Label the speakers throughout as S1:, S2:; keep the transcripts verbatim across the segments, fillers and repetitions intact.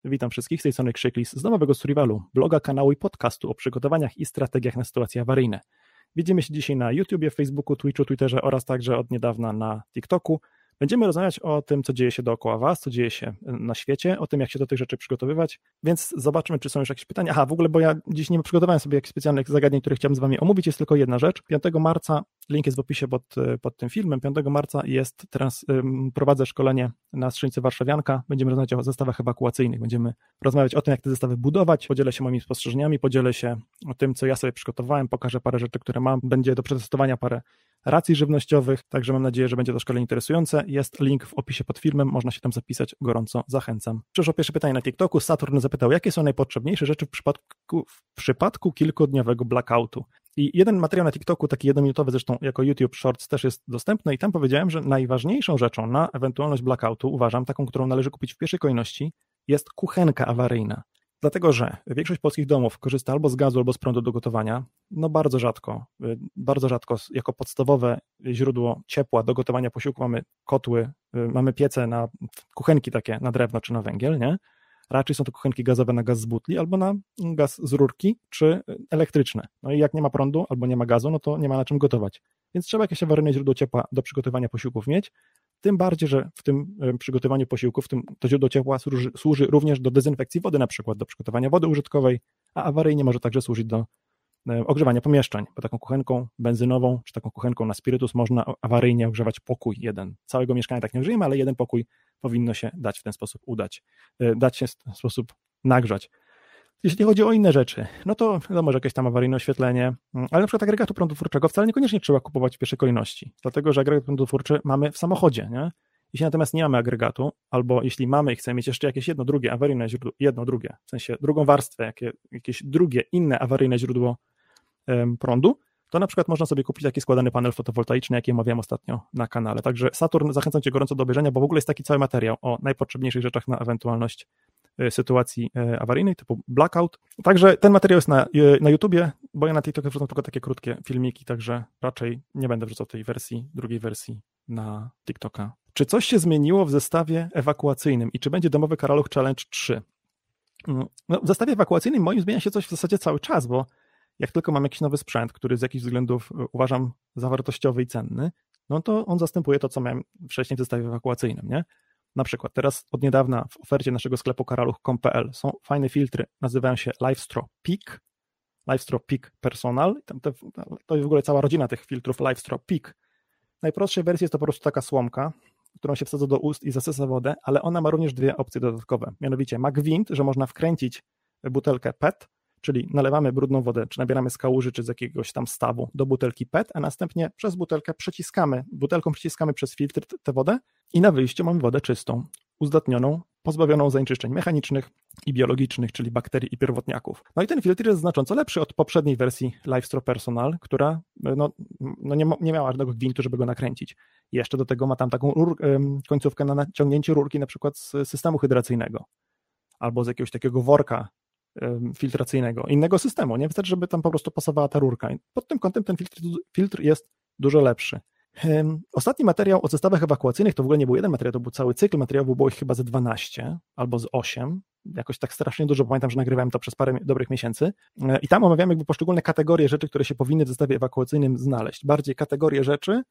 S1: Witam wszystkich z tej strony Krzyklis z domowego Survivalu, bloga, kanału i podcastu o przygotowaniach i strategiach na sytuacje awaryjne. Widzimy się dzisiaj na YouTubie, Facebooku, Twitchu, Twitterze oraz także od niedawna na TikToku. Będziemy rozmawiać o tym, co dzieje się dookoła Was, co dzieje się na świecie, o tym, jak się do tych rzeczy przygotowywać, więc zobaczmy, czy są już jakieś pytania. Aha, w ogóle, bo ja dziś nie przygotowałem sobie jakichś specjalnych zagadnień, które chciałem z Wami omówić, jest tylko jedna rzecz. piątego marca, link jest w opisie pod, pod tym filmem, piątego marca jest teraz, um, prowadzę szkolenie na strzelnicy Warszawianka, będziemy rozmawiać o zestawach ewakuacyjnych, będziemy rozmawiać o tym, jak te zestawy budować, podzielę się moimi spostrzeżeniami, podzielę się o tym, co ja sobie przygotowałem, pokażę parę rzeczy, które mam, będzie do przetestowania parę racji żywnościowych, także mam nadzieję, że będzie to szkolenie interesujące. Jest link w opisie pod filmem, można się tam zapisać, gorąco zachęcam. Przyszło pierwsze pytanie na TikToku, Saturn zapytał, jakie są najpotrzebniejsze rzeczy w przypadku, w przypadku kilkudniowego blackoutu. I jeden materiał na TikToku, taki jednominutowy zresztą jako YouTube Shorts też jest dostępny i tam powiedziałem, że najważniejszą rzeczą na ewentualność blackoutu, uważam, taką, którą należy kupić w pierwszej kolejności, jest kuchenka awaryjna. Dlatego, że większość polskich domów korzysta albo z gazu, albo z prądu do gotowania, no bardzo rzadko, bardzo rzadko jako podstawowe źródło ciepła do gotowania posiłku mamy kotły, mamy piece na kuchenki takie na drewno czy na węgiel, nie? Raczej są to kuchenki gazowe na gaz z butli albo na gaz z rurki czy elektryczne. No i jak nie ma prądu albo nie ma gazu, no to nie ma na czym gotować. Więc trzeba jakieś awaryjne źródło ciepła do przygotowania posiłków mieć. Tym bardziej, że w tym przygotowaniu posiłków, w tym to źródło ciepła służy, służy również do dezynfekcji wody, na przykład do przygotowania wody użytkowej, a awaryjnie może także służyć do ogrzewania pomieszczeń, bo taką kuchenką benzynową czy taką kuchenką na spirytus można awaryjnie ogrzewać pokój jeden. Całego mieszkania tak nie użyjemy, ale jeden pokój powinno się dać w ten sposób udać, dać się w ten sposób nagrzać. Jeśli chodzi o inne rzeczy, no to wiadomo, że jakieś tam awaryjne oświetlenie, ale na przykład agregatu prądotwórczego wcale niekoniecznie trzeba kupować w pierwszej kolejności, dlatego że agregat prądotwórczy mamy w samochodzie, nie? Jeśli natomiast nie mamy agregatu, albo jeśli mamy i chcemy mieć jeszcze jakieś jedno, drugie awaryjne źródło, jedno, drugie, w sensie drugą warstwę, jakie, jakieś drugie, inne awaryjne źródło um, prądu, to na przykład można sobie kupić taki składany panel fotowoltaiczny, jaki omawiałem ostatnio na kanale. Także Saturn, zachęcam Cię gorąco do obejrzenia, bo w ogóle jest taki cały materiał o najpotrzebniejszych rzeczach na ewentualność sytuacji awaryjnej typu blackout. Także ten materiał jest na, na YouTubie, bo ja na TikToku wrzucam tylko takie krótkie filmiki, także raczej nie będę wrzucał tej wersji, drugiej wersji na TikToka. Czy coś się zmieniło w zestawie ewakuacyjnym i czy będzie domowy karaluch Challenge trzy? No, w zestawie ewakuacyjnym moim zmienia się coś w zasadzie cały czas, bo jak tylko mam jakiś nowy sprzęt, który z jakichś względów uważam za wartościowy i cenny, no to on zastępuje to, co miałem wcześniej w zestawie ewakuacyjnym, nie? Na przykład teraz od niedawna w ofercie naszego sklepu karaluch kropka com kropka p l są fajne filtry, nazywają się LiveStraw Peak, LiveStraw Peak Personal, to, to jest w ogóle cała rodzina tych filtrów LiveStraw Peak. W najprostszej wersji jest to po prostu taka słomka, którą się wsadza do ust i zasysa wodę, ale ona ma również dwie opcje dodatkowe, mianowicie ma gwint, że można wkręcić butelkę P E T, czyli nalewamy brudną wodę, czy nabieramy z kałuży, czy z jakiegoś tam stawu do butelki P E T, a następnie przez butelkę przeciskamy, butelką przeciskamy przez filtr tę wodę i na wyjściu mamy wodę czystą, uzdatnioną, pozbawioną zanieczyszczeń mechanicznych i biologicznych, czyli bakterii i pierwotniaków. No i ten filtr jest znacząco lepszy od poprzedniej wersji LiveStraw Personal, która no, no nie, nie miała żadnego gwintu, żeby go nakręcić. I jeszcze do tego ma tam taką rur, końcówkę na naciągnięcie rurki na przykład z systemu hydracyjnego albo z jakiegoś takiego worka filtracyjnego, innego systemu. Nie wystarczy, żeby tam po prostu pasowała ta rurka. I pod tym kątem ten filtr, filtr jest dużo lepszy. Ostatni materiał o zestawach ewakuacyjnych to w ogóle nie był jeden materiał, to był cały cykl materiałów, było ich chyba ze dwanaście albo z osiem, jakoś tak strasznie dużo, pamiętam, że nagrywałem to przez parę dobrych miesięcy i tam omawiamy jakby poszczególne kategorie rzeczy, które się powinny w zestawie ewakuacyjnym znaleźć. Bardziej kategorie rzeczy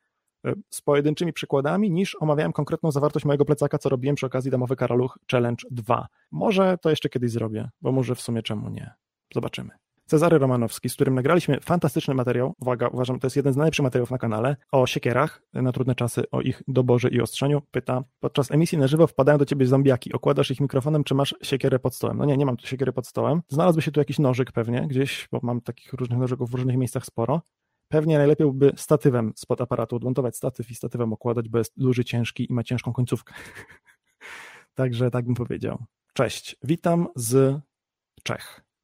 S1: z pojedynczymi przykładami, niż omawiałem konkretną zawartość mojego plecaka, co robiłem przy okazji domowy karaluch Challenge dwa. Może to jeszcze kiedyś zrobię, bo może w sumie czemu nie. Zobaczymy. Cezary Romanowski, z którym nagraliśmy fantastyczny materiał, uwaga, uważam, to jest jeden z najlepszych materiałów na kanale, o siekierach na trudne czasy, o ich doborze i ostrzeniu, pyta, podczas emisji na żywo wpadają do ciebie zombiaki, okładasz ich mikrofonem, czy masz siekierę pod stołem? No nie, nie mam tu siekiery pod stołem. Znalazłby się tu jakiś nożyk pewnie, gdzieś, bo mam takich różnych nożyków w różnych miejscach sporo. Pewnie najlepiej byłby statywem spod aparatu odmontować statyw i statywem okładać, bo jest duży, ciężki i ma ciężką końcówkę. Także tak bym powiedział. Cześć, witam z Czech.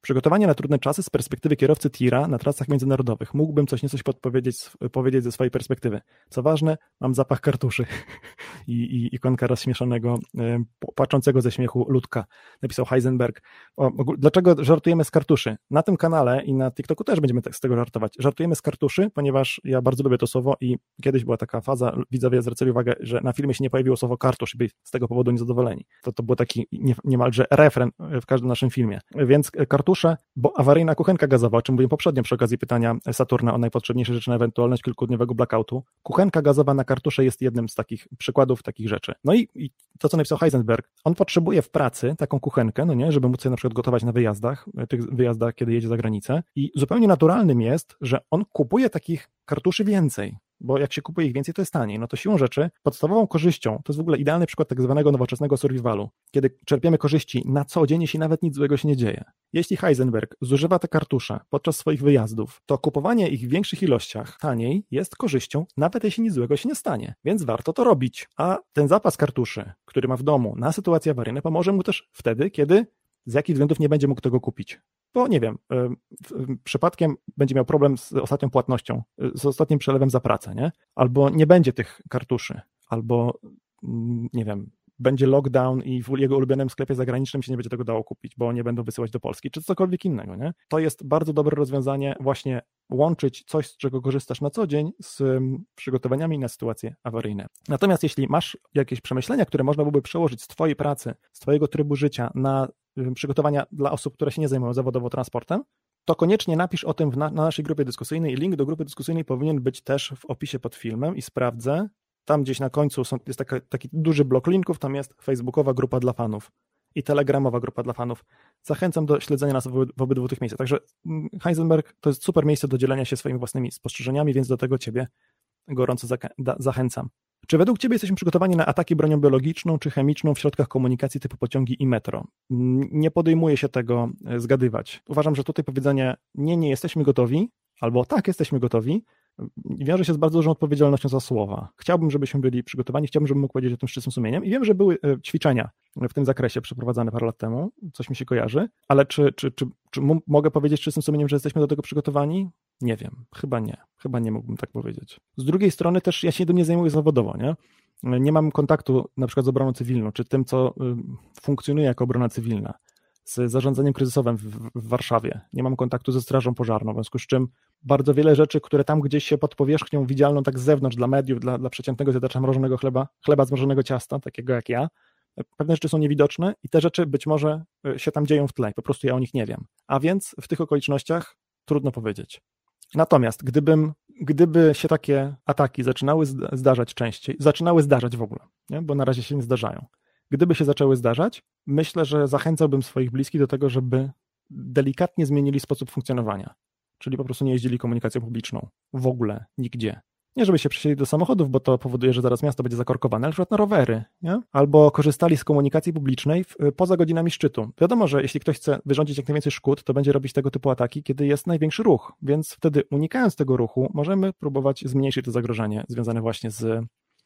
S1: Przygotowanie na trudne czasy z perspektywy kierowcy tira na trasach międzynarodowych. Mógłbym coś niecoś podpowiedzieć, powiedzieć ze swojej perspektywy. Co ważne, mam zapach kartuszy i, i ikonka rozśmieszonego, płaczącego ze śmiechu ludka, napisał Heisenberg. O, dlaczego żartujemy z kartuszy? Na tym kanale i na TikToku też będziemy z tego żartować. Żartujemy z kartuszy, ponieważ ja bardzo lubię to słowo i kiedyś była taka faza, widzowie zwracali uwagę, że na filmie się nie pojawiło słowo kartusz i byli z tego powodu niezadowoleni. To, to był taki nie, niemalże refren w każdym naszym filmie. Więc kartusze, bo awaryjna kuchenka gazowa, o czym mówiłem poprzednio przy okazji pytania Saturna o najpotrzebniejsze rzeczy na ewentualność kilkudniowego blackoutu. Kuchenka gazowa na kartusze jest jednym z takich przykładów takich rzeczy. No i, i to, co napisał Heisenberg, on potrzebuje w pracy taką kuchenkę, no nie, żeby móc sobie na przykład gotować na wyjazdach, tych wyjazdach, kiedy jedzie za granicę i zupełnie naturalnym jest, że on kupuje takich kartuszy więcej, bo jak się kupuje ich więcej, to jest taniej. No to siłą rzeczy podstawową korzyścią, to jest w ogóle idealny przykład tak zwanego nowoczesnego survivalu, kiedy czerpiemy korzyści na co dzień, jeśli nawet nic złego się nie dzieje. Jeśli Heisenberg zużywa te kartusze podczas swoich wyjazdów, to kupowanie ich w większych ilościach taniej jest korzyścią, nawet jeśli nic złego się nie stanie, więc warto to robić. A ten zapas kartuszy, który ma w domu na sytuacje awaryjne, pomoże mu też wtedy, kiedy z jakich względów nie będzie mógł tego kupić. Bo nie wiem, przypadkiem będzie miał problem z ostatnią płatnością, z ostatnim przelewem za pracę, nie? Albo nie będzie tych kartuszy, albo nie wiem, będzie lockdown i w jego ulubionym sklepie zagranicznym się nie będzie tego dało kupić, bo nie będą wysyłać do Polski, czy cokolwiek innego, nie? To jest bardzo dobre rozwiązanie, właśnie łączyć coś, z czego korzystasz na co dzień z przygotowaniami na sytuacje awaryjne. Natomiast jeśli masz jakieś przemyślenia, które można byłoby przełożyć z twojej pracy, z twojego trybu życia na przygotowania dla osób, które się nie zajmują zawodowo transportem, to koniecznie napisz o tym na, na naszej grupie dyskusyjnej. Link do grupy dyskusyjnej powinien być też w opisie pod filmem i sprawdzę. Tam gdzieś na końcu są, jest taka, taki duży blok linków, tam jest facebookowa grupa dla fanów i telegramowa grupa dla fanów. Zachęcam do śledzenia nas w, w obydwu tych miejscach. Także Heisenberg to jest super miejsce do dzielenia się swoimi własnymi spostrzeżeniami, więc do tego Ciebie gorąco zachęcam. Czy według Ciebie jesteśmy przygotowani na ataki bronią biologiczną czy chemiczną w środkach komunikacji typu pociągi i metro? Nie podejmuję się tego zgadywać. Uważam, że tutaj powiedzenie nie, nie jesteśmy gotowi, albo tak, jesteśmy gotowi, wiąże się z bardzo dużą odpowiedzialnością za słowa. Chciałbym, żebyśmy byli przygotowani, chciałbym, żebym mógł powiedzieć o tym z czystym sumieniem i wiem, że były ćwiczenia w tym zakresie przeprowadzane parę lat temu, coś mi się kojarzy, ale czy, czy, czy, czy mogę powiedzieć z czystym sumieniem, że jesteśmy do tego przygotowani? Nie wiem, chyba nie, chyba nie mógłbym tak powiedzieć. Z drugiej strony też ja się tym nie zajmuję zawodowo, nie? Nie mam kontaktu na przykład z obroną cywilną, czy tym, co funkcjonuje jako obrona cywilna, z zarządzaniem kryzysowym w, w Warszawie. Nie mam kontaktu ze strażą pożarną, w związku z czym bardzo wiele rzeczy, które tam gdzieś się pod powierzchnią widzialną tak z zewnątrz dla mediów, dla, dla przeciętnego zjadacza mrożonego chleba, chleba zmrożonego ciasta, takiego jak ja, pewne rzeczy są niewidoczne i te rzeczy być może się tam dzieją w tle, po prostu ja o nich nie wiem. A więc w tych okolicznościach trudno powiedzieć. Natomiast gdybym, gdyby się takie ataki zaczynały zdarzać częściej, zaczynały zdarzać w ogóle, nie? Bo na razie się nie zdarzają, gdyby się zaczęły zdarzać, myślę, że zachęcałbym swoich bliskich do tego, żeby delikatnie zmienili sposób funkcjonowania, czyli po prostu nie jeździli komunikacją publiczną w ogóle, nigdzie. Nie żeby się przesiedli do samochodów, bo to powoduje, że zaraz miasto będzie zakorkowane, ale na przykład na rowery, nie? Albo korzystali z komunikacji publicznej w, poza godzinami szczytu. Wiadomo, że jeśli ktoś chce wyrządzić jak najwięcej szkód, to będzie robić tego typu ataki, kiedy jest największy ruch, więc wtedy unikając tego ruchu, możemy próbować zmniejszyć to zagrożenie związane właśnie z,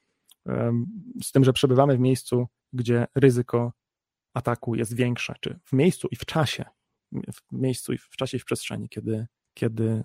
S1: z tym, że przebywamy w miejscu, gdzie ryzyko ataku jest większe, czy w miejscu i w czasie, w miejscu i w czasie i w przestrzeni, kiedy, kiedy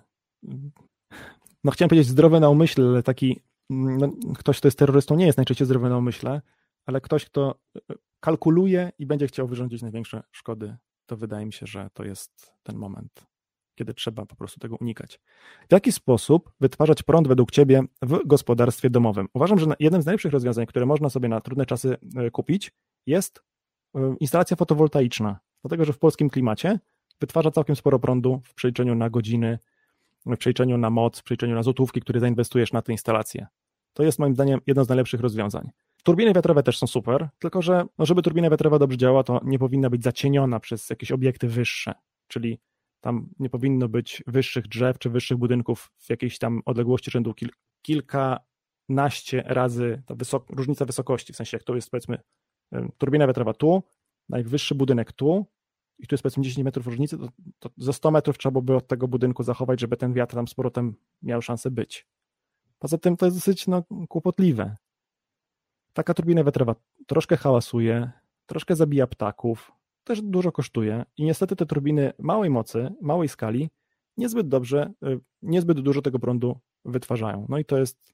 S1: no chciałem powiedzieć zdrowy na umyśle, ale taki no, ktoś, kto jest terrorystą, nie jest najczęściej zdrowy na umyśle, ale ktoś, kto kalkuluje i będzie chciał wyrządzić największe szkody, to wydaje mi się, że to jest ten moment, kiedy trzeba po prostu tego unikać. W jaki sposób wytwarzać prąd według Ciebie w gospodarstwie domowym? Uważam, że jednym z najlepszych rozwiązań, które można sobie na trudne czasy kupić, jest instalacja fotowoltaiczna, dlatego że w polskim klimacie wytwarza całkiem sporo prądu w przeliczeniu na godziny, w przeliczeniu na moc, w przeliczeniu na złotówki, które zainwestujesz na tę instalację. To jest moim zdaniem jedno z najlepszych rozwiązań. Turbiny wiatrowe też są super, tylko że no żeby turbina wiatrowa dobrze działała, to nie powinna być zacieniona przez jakieś obiekty wyższe, czyli tam nie powinno być wyższych drzew czy wyższych budynków w jakiejś tam odległości rzędu kil, kilkanaście razy ta wysok, różnica wysokości, w sensie jak to jest powiedzmy turbina wiatrowa tu, najwyższy budynek tu i tu jest powiedzmy dziesięć metrów różnicy, to, to za sto metrów trzeba by od tego budynku zachować, żeby ten wiatr tam z powrotem miał szansę być. Poza tym to jest dosyć no, kłopotliwe. Taka turbina wiatrowa troszkę hałasuje, troszkę zabija ptaków, też dużo kosztuje i niestety te turbiny małej mocy, małej skali niezbyt dobrze, niezbyt dużo tego prądu wytwarzają. No i to jest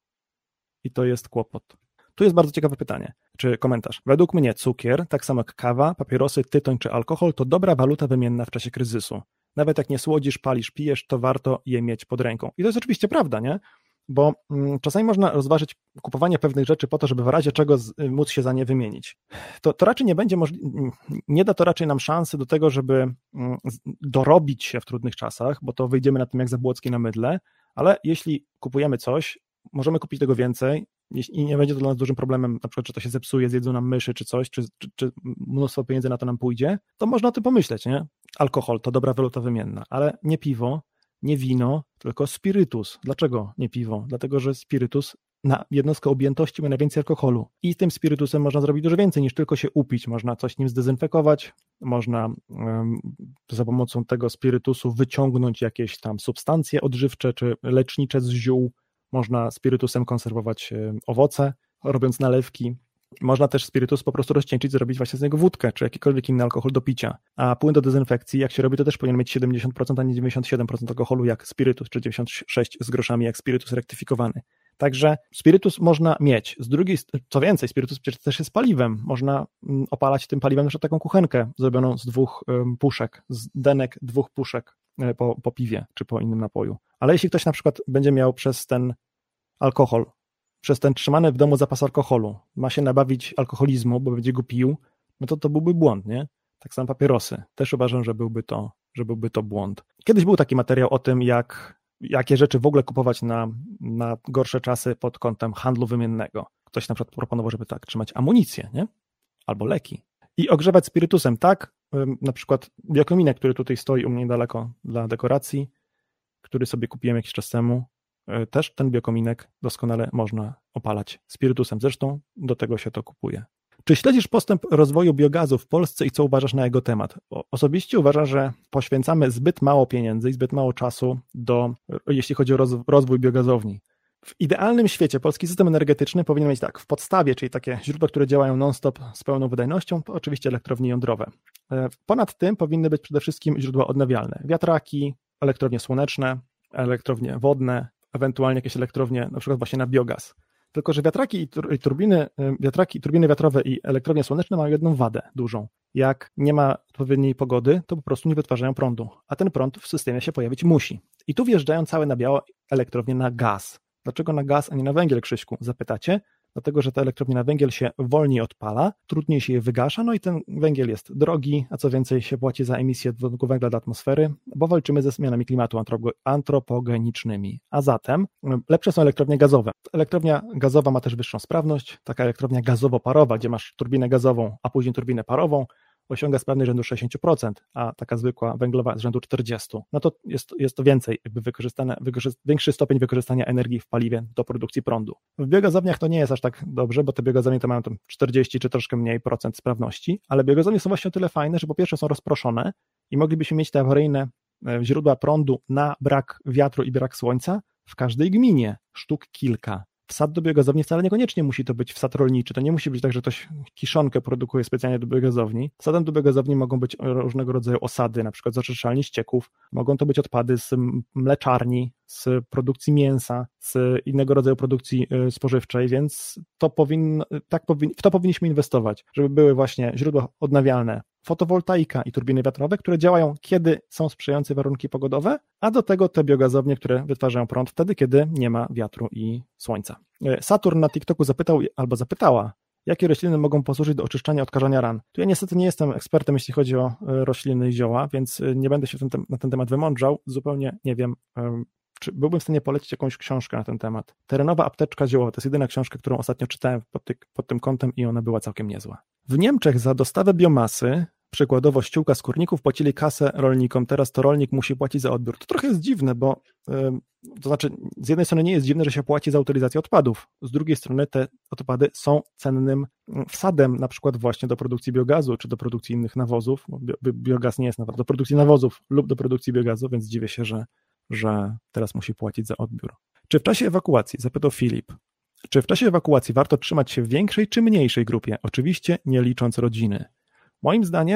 S1: i to jest kłopot. Tu jest bardzo ciekawe pytanie, czy komentarz. Według mnie cukier, tak samo jak kawa, papierosy, tytoń czy alkohol, to dobra waluta wymienna w czasie kryzysu. Nawet jak nie słodzisz, palisz, pijesz, to warto je mieć pod ręką. I to jest oczywiście prawda, nie? Bo mm, czasami można rozważyć kupowanie pewnych rzeczy po to, żeby w razie czego z, móc się za nie wymienić. To, to raczej nie będzie możliwe, nie da to raczej nam szansy do tego, żeby mm, dorobić się w trudnych czasach, bo to wyjdziemy na tym jak Zabłocki na mydle, ale jeśli kupujemy coś, możemy kupić tego więcej i nie będzie to dla nas dużym problemem, na przykład, czy to się zepsuje, zjedzą nam myszy czy coś, czy, czy, czy mnóstwo pieniędzy na to nam pójdzie, to można o tym pomyśleć, nie? Alkohol to dobra waluta wymienna, ale nie piwo, nie wino, tylko spirytus. Dlaczego nie piwo? Dlatego, że spirytus na jednostkę objętości ma najwięcej alkoholu i tym spirytusem można zrobić dużo więcej niż tylko się upić. Można coś nim zdezynfekować, można um, za pomocą tego spirytusu wyciągnąć jakieś tam substancje odżywcze czy lecznicze z ziół. Można spirytusem konserwować owoce, robiąc nalewki. Można też spirytus po prostu rozcieńczyć, zrobić właśnie z niego wódkę, czy jakikolwiek inny alkohol do picia. A płyn do dezynfekcji, jak się robi, to też powinien mieć siedemdziesiąt procent, a nie dziewięćdziesiąt siedem procent alkoholu jak spirytus, czy dziewięćdziesiąt sześć z groszami jak spirytus rektyfikowany. Także spirytus można mieć. Z drugiej, co więcej, spirytus przecież też jest paliwem. Można opalać tym paliwem na przykład taką kuchenkę zrobioną z dwóch puszek, z denek dwóch puszek po, po piwie, czy po innym napoju. Ale jeśli ktoś na przykład będzie miał przez ten alkohol, przez ten trzymany w domu zapas alkoholu, ma się nabawić alkoholizmu, bo będzie go pił, no to to byłby błąd, nie? Tak samo papierosy. Też uważam, że byłby to, że byłby to błąd. Kiedyś był taki materiał o tym, jak, jakie rzeczy w ogóle kupować na, na gorsze czasy pod kątem handlu wymiennego. Ktoś na przykład proponował, żeby tak trzymać amunicję, nie? Albo leki. I ogrzewać spirytusem, tak? Na przykład biokominek, który tutaj stoi u mnie daleko dla dekoracji, który sobie kupiłem jakiś czas temu, też ten biokominek doskonale można opalać spirytusem. Zresztą do tego się to kupuje. Czy śledzisz postęp rozwoju biogazu w Polsce i co uważasz na jego temat? Osobiście uważam, że poświęcamy zbyt mało pieniędzy i zbyt mało czasu do, jeśli chodzi o rozwój biogazowni. W idealnym świecie polski system energetyczny powinien mieć tak, w podstawie, czyli takie źródła, które działają non-stop z pełną wydajnością, to oczywiście elektrownie jądrowe. Ponad tym powinny być przede wszystkim źródła odnawialne. Wiatraki, elektrownie słoneczne, elektrownie wodne, ewentualnie jakieś elektrownie, na przykład właśnie na biogaz. Tylko że wiatraki i turbiny, wiatraki, turbiny wiatrowe i elektrownie słoneczne mają jedną wadę dużą. Jak nie ma odpowiedniej pogody, to po prostu nie wytwarzają prądu, a ten prąd w systemie się pojawić musi. I tu wjeżdżają całe na biało elektrownie na gaz. Dlaczego na gaz, a nie na węgiel, Krzyśku? Zapytacie. Dlatego, że te elektrownie na węgiel się wolniej odpala, trudniej się je wygasza, no i ten węgiel jest drogi, a co więcej się płaci za emisję dwutlenku węgla do atmosfery, bo walczymy ze zmianami klimatu antropogenicznymi. A zatem lepsze są elektrownie gazowe. Elektrownia gazowa ma też wyższą sprawność, taka elektrownia gazowo-parowa, gdzie masz turbinę gazową, a później turbinę parową, osiąga sprawność rzędu sześćdziesiąt procent, a taka zwykła węglowa z rzędu czterdzieści procent. No to jest, jest to więcej, jakby wykorzystane, wykorzyst- większy stopień wykorzystania energii w paliwie do produkcji prądu. W biogazowniach to nie jest aż tak dobrze, bo te biogazownie to mają tam czterdzieści czy troszkę mniej procent sprawności, ale biogazownie są właśnie o tyle fajne, że po pierwsze są rozproszone i moglibyśmy mieć te awaryjne źródła prądu na brak wiatru i brak słońca w każdej gminie, sztuk kilka. Wsad do biogazowni wcale niekoniecznie musi to być wsad rolniczy, to nie musi być tak, że ktoś kiszonkę produkuje specjalnie do biogazowni. Wsadem do biogazowni mogą być różnego rodzaju osady, na przykład z oczyszczalni ścieków, mogą to być odpady z mleczarni, z produkcji mięsa, z innego rodzaju produkcji spożywczej, więc to powinno, tak powin, w to powinniśmy inwestować, żeby były właśnie źródła odnawialne, fotowoltaika i turbiny wiatrowe, które działają, kiedy są sprzyjające warunki pogodowe, a do tego te biogazownie, które wytwarzają prąd wtedy, kiedy nie ma wiatru i słońca. Saturn na TikToku zapytał, albo zapytała, jakie rośliny mogą posłużyć do oczyszczania, odkażania ran. Tu ja niestety nie jestem ekspertem, jeśli chodzi o rośliny i zioła, więc nie będę się ten, na ten temat wymądrzał, zupełnie nie wiem, czy byłbym w stanie polecić jakąś książkę na ten temat. Terenowa apteczka ziołowa, to jest jedyna książka, którą ostatnio czytałem pod, ty, pod tym kątem i ona była całkiem niezła. W Niemczech za dostawę biomasy, przykładowo ściółka z kurników, płacili kasę rolnikom, teraz to rolnik musi płacić za odbiór. To trochę jest dziwne, bo yy, to znaczy z jednej strony nie jest dziwne, że się płaci za utylizację odpadów, z drugiej strony te odpady są cennym wsadem na przykład właśnie do produkcji biogazu, czy do produkcji innych nawozów, bo biogaz nie jest nawet do produkcji nawozów lub do produkcji biogazu, więc dziwię się, że że teraz musi płacić za odbiór. Czy w czasie ewakuacji, zapytał Filip, czy w czasie ewakuacji warto trzymać się w większej czy mniejszej grupie? Oczywiście nie licząc rodziny. Moim zdaniem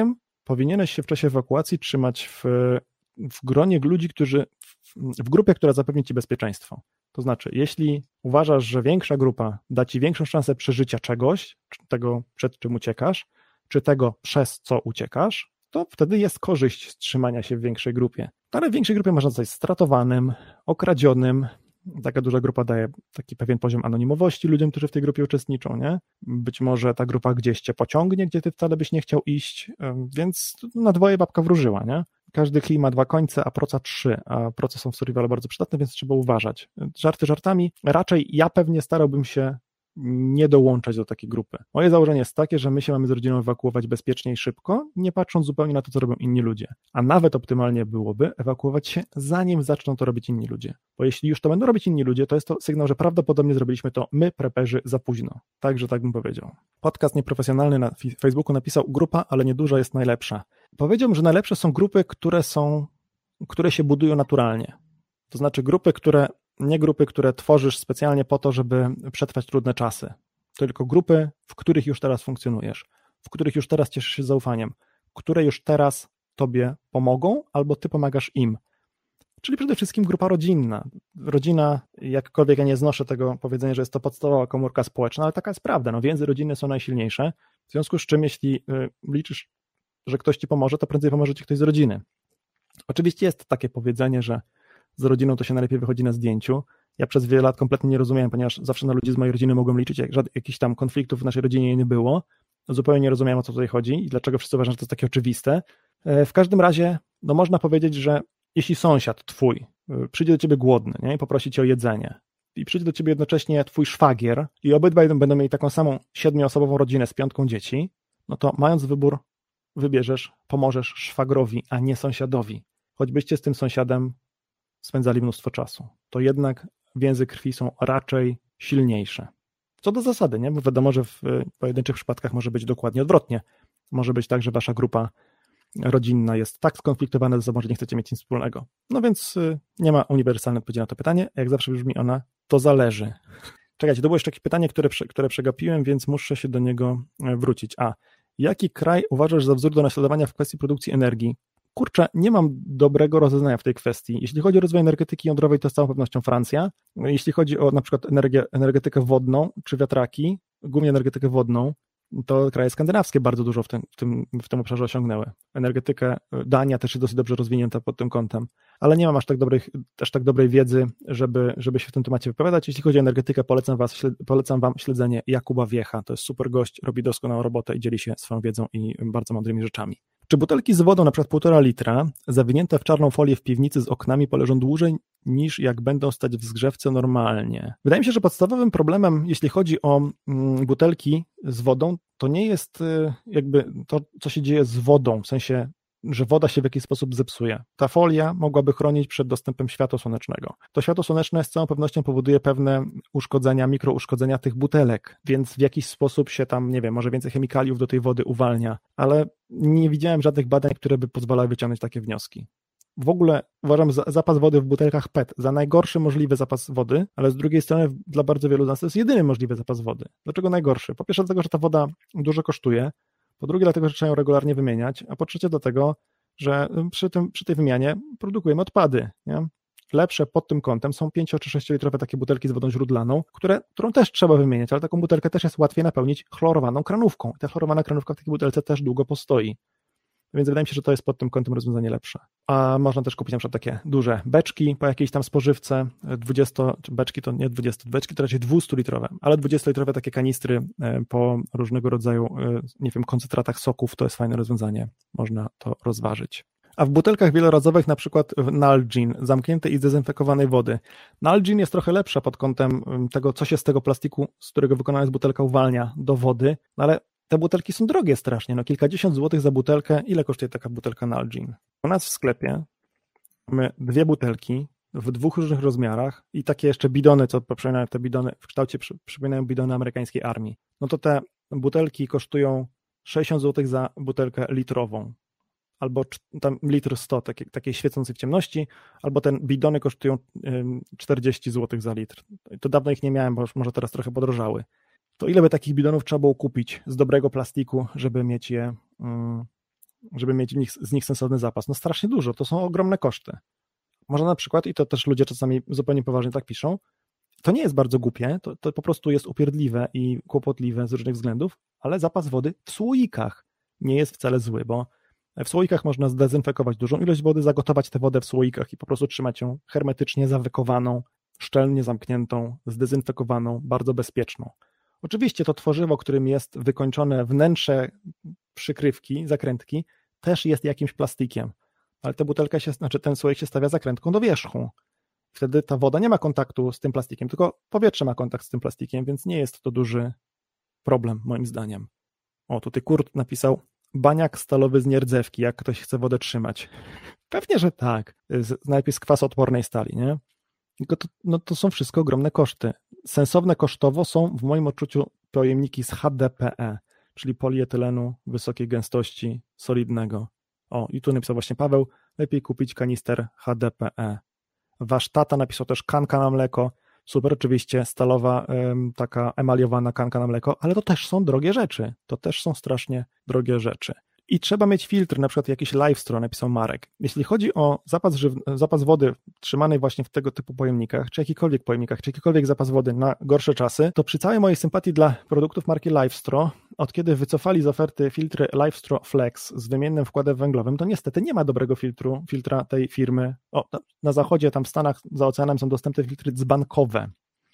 S1: powinieneś się w czasie ewakuacji trzymać w, w gronie ludzi, którzy, w, w grupie, która zapewni ci bezpieczeństwo. To znaczy, jeśli uważasz, że większa grupa da ci większą szansę przeżycia czegoś, tego przed czym uciekasz, czy tego przez co uciekasz, to wtedy jest korzyść z trzymania się w większej grupie. Ale w większej grupie można zostać stratowanym, okradzionym. Taka duża grupa daje taki pewien poziom anonimowości ludziom, którzy w tej grupie uczestniczą, nie? Być może ta grupa gdzieś cię pociągnie, gdzie ty wcale byś nie chciał iść, więc na dwoje babka wróżyła, nie? Każdy kij ma dwa końce, a proca trzy, a proce są w survivalu bardzo przydatne, więc trzeba uważać. Żarty żartami, raczej ja pewnie starałbym się nie dołączać do takiej grupy. Moje założenie jest takie, że my się mamy z rodziną ewakuować bezpiecznie i szybko, nie patrząc zupełnie na to, co robią inni ludzie. A nawet optymalnie byłoby ewakuować się, zanim zaczną to robić inni ludzie. Bo jeśli już to będą robić inni ludzie, to jest to sygnał, że prawdopodobnie zrobiliśmy to my, preperzy, za późno. Także tak bym powiedział. Podcast nieprofesjonalny na Facebooku napisał: grupa, ale nieduża jest najlepsza. Powiedziałbym, że najlepsze są grupy, które są, które się budują naturalnie. To znaczy grupy, które nie grupy, które tworzysz specjalnie po to, żeby przetrwać trudne czasy, tylko grupy, w których już teraz funkcjonujesz, w których już teraz cieszysz się zaufaniem, które już teraz tobie pomogą, albo ty pomagasz im. Czyli przede wszystkim grupa rodzinna. Rodzina, jakkolwiek ja nie znoszę tego powiedzenia, że jest to podstawowa komórka społeczna, ale taka jest prawda. No, więzy rodzinne są najsilniejsze, w związku z czym jeśli y, liczysz, że ktoś ci pomoże, to prędzej pomoże ci ktoś z rodziny. Oczywiście jest takie powiedzenie, że z rodziną to się najlepiej wychodzi na zdjęciu. Ja przez wiele lat kompletnie nie rozumiałem, ponieważ zawsze na ludzi z mojej rodziny mogłem liczyć, jak żadnych jakichś tam konfliktów w naszej rodzinie nie było. Zupełnie nie rozumiałem, o co tutaj chodzi i dlaczego wszyscy uważają, że to jest takie oczywiste. W każdym razie, no można powiedzieć, że jeśli sąsiad twój przyjdzie do ciebie głodny, nie, i poprosi cię o jedzenie, i przyjdzie do ciebie jednocześnie twój szwagier i obydwaj będą mieli taką samą siedmioosobową rodzinę z piątką dzieci, no to mając wybór, wybierzesz, pomożesz szwagrowi, a nie sąsiadowi. Choćbyście z tym sąsiadem spędzali mnóstwo czasu. To jednak więzy krwi są raczej silniejsze. Co do zasady, nie? Bo wiadomo, że w pojedynczych przypadkach może być dokładnie odwrotnie. Może być tak, że wasza grupa rodzinna jest tak skonfliktowana ze sobą, że nie chcecie mieć nic wspólnego. No więc nie ma uniwersalnej odpowiedzi na to pytanie. Jak zawsze brzmi ona: to zależy. Czekajcie, to było jeszcze jakieś pytanie, które, które przegapiłem, więc muszę się do niego wrócić. A, jaki kraj uważasz za wzór do naśladowania w kwestii produkcji energii? Kurczę, nie mam dobrego rozeznania w tej kwestii. Jeśli chodzi o rozwój energetyki jądrowej, to z całą pewnością Francja. Jeśli chodzi o na przykład energię, energetykę wodną czy wiatraki, głównie energetykę wodną, to kraje skandynawskie bardzo dużo w tym, w tym, w tym obszarze osiągnęły. Energetykę Dania też jest dosyć dobrze rozwinięta pod tym kątem, ale nie mam aż tak dobrej, aż tak dobrej wiedzy, żeby, żeby się w tym temacie wypowiadać. Jeśli chodzi o energetykę, polecam, was, polecam wam śledzenie Jakuba Wiecha. To jest super gość, robi doskonałą robotę i dzieli się swoją wiedzą i bardzo mądrymi rzeczami. Czy butelki z wodą, na przykład półtora litra, zawinięte w czarną folię w piwnicy z oknami, poleżą dłużej niż jak będą stać w zgrzewce normalnie? Wydaje mi się, że podstawowym problemem, jeśli chodzi o mm, butelki z wodą, to nie jest y, jakby to, co się dzieje z wodą, w sensie, że woda się w jakiś sposób zepsuje. Ta folia mogłaby chronić przed dostępem światła słonecznego. To światło słoneczne z całą pewnością powoduje pewne uszkodzenia, mikrouszkodzenia tych butelek, więc w jakiś sposób się tam, nie wiem, może więcej chemikaliów do tej wody uwalnia, ale nie widziałem żadnych badań, które by pozwalały wyciągnąć takie wnioski. W ogóle uważam zapas wody w butelkach P E T za najgorszy możliwy zapas wody, ale z drugiej strony dla bardzo wielu z nas to jest jedyny możliwy zapas wody. Dlaczego najgorszy? Po pierwsze dlatego, że ta woda dużo kosztuje, po drugie dlatego, że trzeba ją regularnie wymieniać, a po trzecie dlatego, że przy, tym, przy tej wymianie produkujemy odpady. Nie? Lepsze pod tym kątem są pięcio czy sześciolitrowe takie butelki z wodą źródlaną, które, którą też trzeba wymieniać, ale taką butelkę też jest łatwiej napełnić chlorowaną kranówką. I ta chlorowana kranówka w takiej butelce też długo postoi. Więc wydaje mi się, że to jest pod tym kątem rozwiązanie lepsze. A można też kupić na przykład takie duże beczki po jakiejś tam spożywce, dwudziesto, czy beczki to nie dwadzieścia, beczki to raczej dwustulitrowe, ale dwudziestolitrowe takie kanistry po różnego rodzaju, nie wiem, koncentratach soków, to jest fajne rozwiązanie. Można to rozważyć. A w butelkach wielorazowych na przykład Nalgene, zamkniętej i zdezynfekowanej wody. Nalgene jest trochę lepsza pod kątem tego, co się z tego plastiku, z którego wykonana jest butelka, uwalnia do wody, no ale te butelki są drogie strasznie, no kilkadziesiąt złotych za butelkę. Ile kosztuje taka butelka Nalgene? U nas w sklepie mamy dwie butelki w dwóch różnych rozmiarach i takie jeszcze bidony, co przypominają te bidony, w kształcie przypominają bidony amerykańskiej armii. No to te butelki kosztują sześćdziesiąt złotych za butelkę litrową, albo tam litr sto, takie, takiej świecącej w ciemności, albo te bidony kosztują czterdzieści złotych za litr. To dawno ich nie miałem, bo już może teraz trochę podrożały. To ile by takich bidonów trzeba było kupić z dobrego plastiku, żeby mieć je, żeby mieć w nich, z nich sensowny zapas? No strasznie dużo, to są ogromne koszty. Można na przykład, i to też ludzie czasami zupełnie poważnie tak piszą, to nie jest bardzo głupie, to, to po prostu jest upierdliwe i kłopotliwe z różnych względów, ale zapas wody w słoikach nie jest wcale zły, bo w słoikach można zdezynfekować dużą ilość wody, zagotować tę wodę w słoikach i po prostu trzymać ją hermetycznie zawykowaną, szczelnie zamkniętą, zdezynfekowaną, bardzo bezpieczną. Oczywiście to tworzywo, którym jest wykończone wnętrze przykrywki, zakrętki, też jest jakimś plastikiem, ale tę butelkę się, znaczy ten słoik się stawia zakrętką do wierzchu. Wtedy ta woda nie ma kontaktu z tym plastikiem, tylko powietrze ma kontakt z tym plastikiem, więc nie jest to duży problem, moim zdaniem. O, tutaj Kurt napisał baniak stalowy z nierdzewki, jak ktoś chce wodę trzymać. Pewnie, że tak. Z, najpierw z kwasoodpornej stali, nie? Tylko to, no to są wszystko ogromne koszty. Sensowne kosztowo są w moim odczuciu pojemniki z H D P E, czyli polietylenu wysokiej gęstości, solidnego. O, i tu napisał właśnie Paweł, lepiej kupić kanister H D P E. Wasz tata napisał też kanka na mleko, super, oczywiście stalowa, ym, taka emaliowana kanka na mleko, ale to też są drogie rzeczy, to też są strasznie drogie rzeczy. I trzeba mieć filtr, na przykład jakiś LiveStro, napisał Marek. Jeśli chodzi o zapas, żyw... zapas wody trzymanej właśnie w tego typu pojemnikach, czy jakikolwiek pojemnikach, czy jakikolwiek zapas wody na gorsze czasy, to przy całej mojej sympatii dla produktów marki LiveStro, od kiedy wycofali z oferty filtry LiveStro Flex z wymiennym wkładem węglowym, to niestety nie ma dobrego filtru, filtra tej firmy. O, na zachodzie, tam w Stanach za oceanem są dostępne filtry dzbankowe.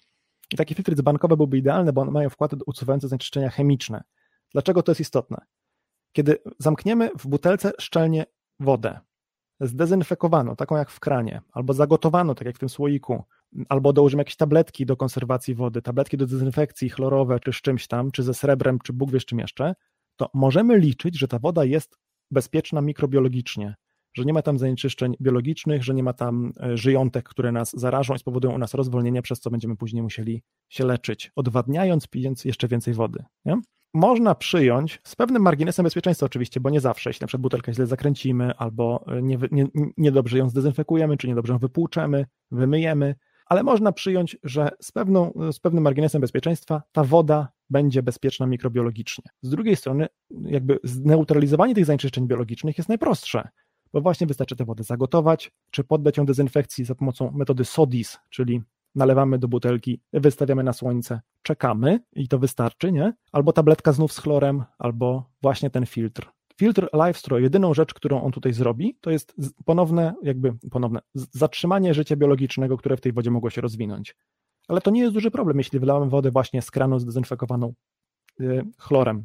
S1: I takie filtry dzbankowe byłyby idealne, bo one mają wkłady usuwające zanieczyszczenia chemiczne. Dlaczego to jest istotne? Kiedy zamkniemy w butelce szczelnie wodę, zdezynfekowaną, taką jak w kranie, albo zagotowaną, tak jak w tym słoiku, albo dołożymy jakieś tabletki do konserwacji wody, tabletki do dezynfekcji chlorowe, czy z czymś tam, czy ze srebrem, czy Bóg wie z czym jeszcze, to możemy liczyć, że ta woda jest bezpieczna mikrobiologicznie, że nie ma tam zanieczyszczeń biologicznych, że nie ma tam żyjątek, które nas zarażą i spowodują u nas rozwolnienie, przez co będziemy później musieli się leczyć, odwadniając, pijąc jeszcze więcej wody. Nie? Można przyjąć, z pewnym marginesem bezpieczeństwa oczywiście, bo nie zawsze, jeśli na przykład butelkę źle zakręcimy, albo niedobrze nie, nie dobrze ją zdezynfekujemy, czy niedobrze ją wypłuczemy, wymyjemy, ale można przyjąć, że z, pewną, z pewnym marginesem bezpieczeństwa ta woda będzie bezpieczna mikrobiologicznie. Z drugiej strony jakby zneutralizowanie tych zanieczyszczeń biologicznych jest najprostsze, bo właśnie wystarczy tę wodę zagotować, czy poddać ją dezynfekcji za pomocą metody SODIS, czyli nalewamy do butelki, wystawiamy na słońce, czekamy i to wystarczy, nie? Albo tabletka znów z chlorem, albo właśnie ten filtr. Filtr LiveStro, jedyną rzecz, którą on tutaj zrobi, to jest ponowne, jakby ponowne, zatrzymanie życia biologicznego, które w tej wodzie mogło się rozwinąć. Ale to nie jest duży problem, jeśli wylamy wodę właśnie z kranu zdezynfekowaną yy, chlorem.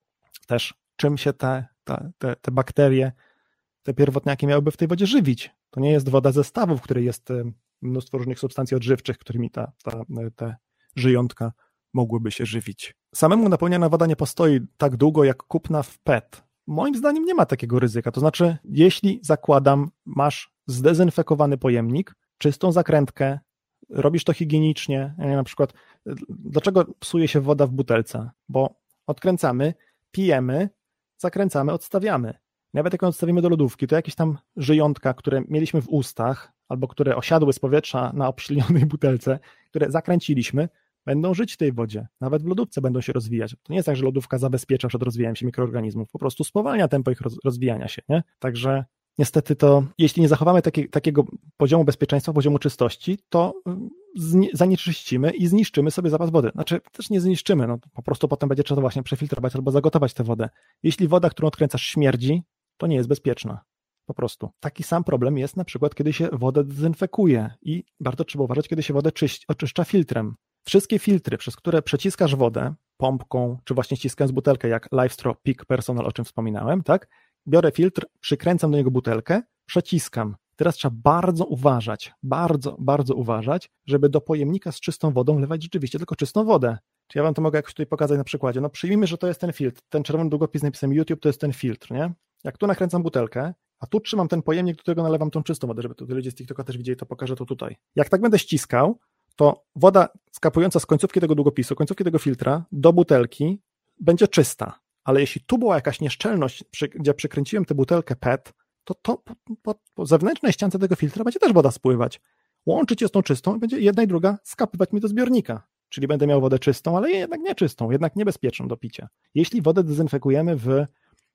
S1: Też czym się te, te, te, te bakterie, te pierwotniaki miałyby w tej wodzie żywić? To nie jest woda ze stawu, w której jest yy, mnóstwo różnych substancji odżywczych, którymi ta, ta, te żyjątka mogłyby się żywić. Samemu napełniana woda nie postoi tak długo jak kupna w P E T. Moim zdaniem nie ma takiego ryzyka. To znaczy, jeśli zakładam, masz zdezynfekowany pojemnik, czystą zakrętkę, robisz to higienicznie, na przykład, dlaczego psuje się woda w butelce? Bo odkręcamy, pijemy, zakręcamy, odstawiamy. Nawet jak ją odstawimy do lodówki, to jakieś tam żyjątka, które mieliśmy w ustach, albo które osiadły z powietrza na obsilnionej butelce, które zakręciliśmy, będą żyć w tej wodzie. Nawet w lodówce będą się rozwijać. To nie jest tak, że lodówka zabezpiecza przed rozwijaniem się mikroorganizmów, po prostu spowalnia tempo ich rozwijania się, nie? Także niestety to, jeśli nie zachowamy taki, takiego poziomu bezpieczeństwa, poziomu czystości, to zanieczyścimy i zniszczymy sobie zapas wody. Znaczy, też nie zniszczymy, no po prostu potem będzie trzeba właśnie przefiltrować albo zagotować tę wodę. Jeśli woda, którą odkręcasz, śmierdzi, to nie jest bezpieczna. Po prostu. Taki sam problem jest na przykład, kiedy się wodę dezynfekuje i bardzo trzeba uważać, kiedy się wodę czyści, oczyszcza filtrem. Wszystkie filtry, przez które przeciskasz wodę pompką, czy właśnie ściskając butelkę, jak LiveStro Peak Personal, o czym wspominałem, tak? Biorę filtr, przykręcam do niego butelkę, przeciskam. Teraz trzeba bardzo uważać, bardzo, bardzo uważać, żeby do pojemnika z czystą wodą wlewać rzeczywiście tylko czystą wodę. Czy ja wam to mogę jakoś tutaj pokazać na przykładzie? No przyjmijmy, że to jest ten filtr, ten czerwony długopis z napisem YouTube to jest ten filtr, nie? Jak tu nakręcam butelkę, a tu trzymam ten pojemnik, do którego nalewam tą czystą wodę, żeby to ludzie z TikToka też widzieli, to pokażę to tutaj. Jak tak będę ściskał, to woda skapująca z końcówki tego długopisu, końcówki tego filtra do butelki będzie czysta. Ale jeśli tu była jakaś nieszczelność, przy, gdzie przykręciłem tę butelkę P E T, to, to po, po, po zewnętrznej ściance tego filtra będzie też woda spływać. Łączyć je z tą czystą i będzie jedna i druga skapywać mi do zbiornika. Czyli będę miał wodę czystą, ale jednak nieczystą, jednak niebezpieczną do picia. Jeśli wodę dezynfekujemy w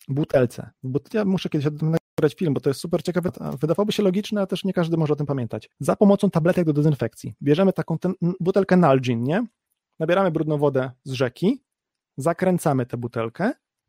S1: butelce. Ja muszę kiedyś o tym nagrać film, bo to jest super ciekawe. Wydawałoby się logiczne, a też nie każdy może o tym pamiętać. Za pomocą tabletek do dezynfekcji. Bierzemy taką ten, butelkę Nalgene, nie? Nabieramy brudną wodę z rzeki, zakręcamy tę butelkę,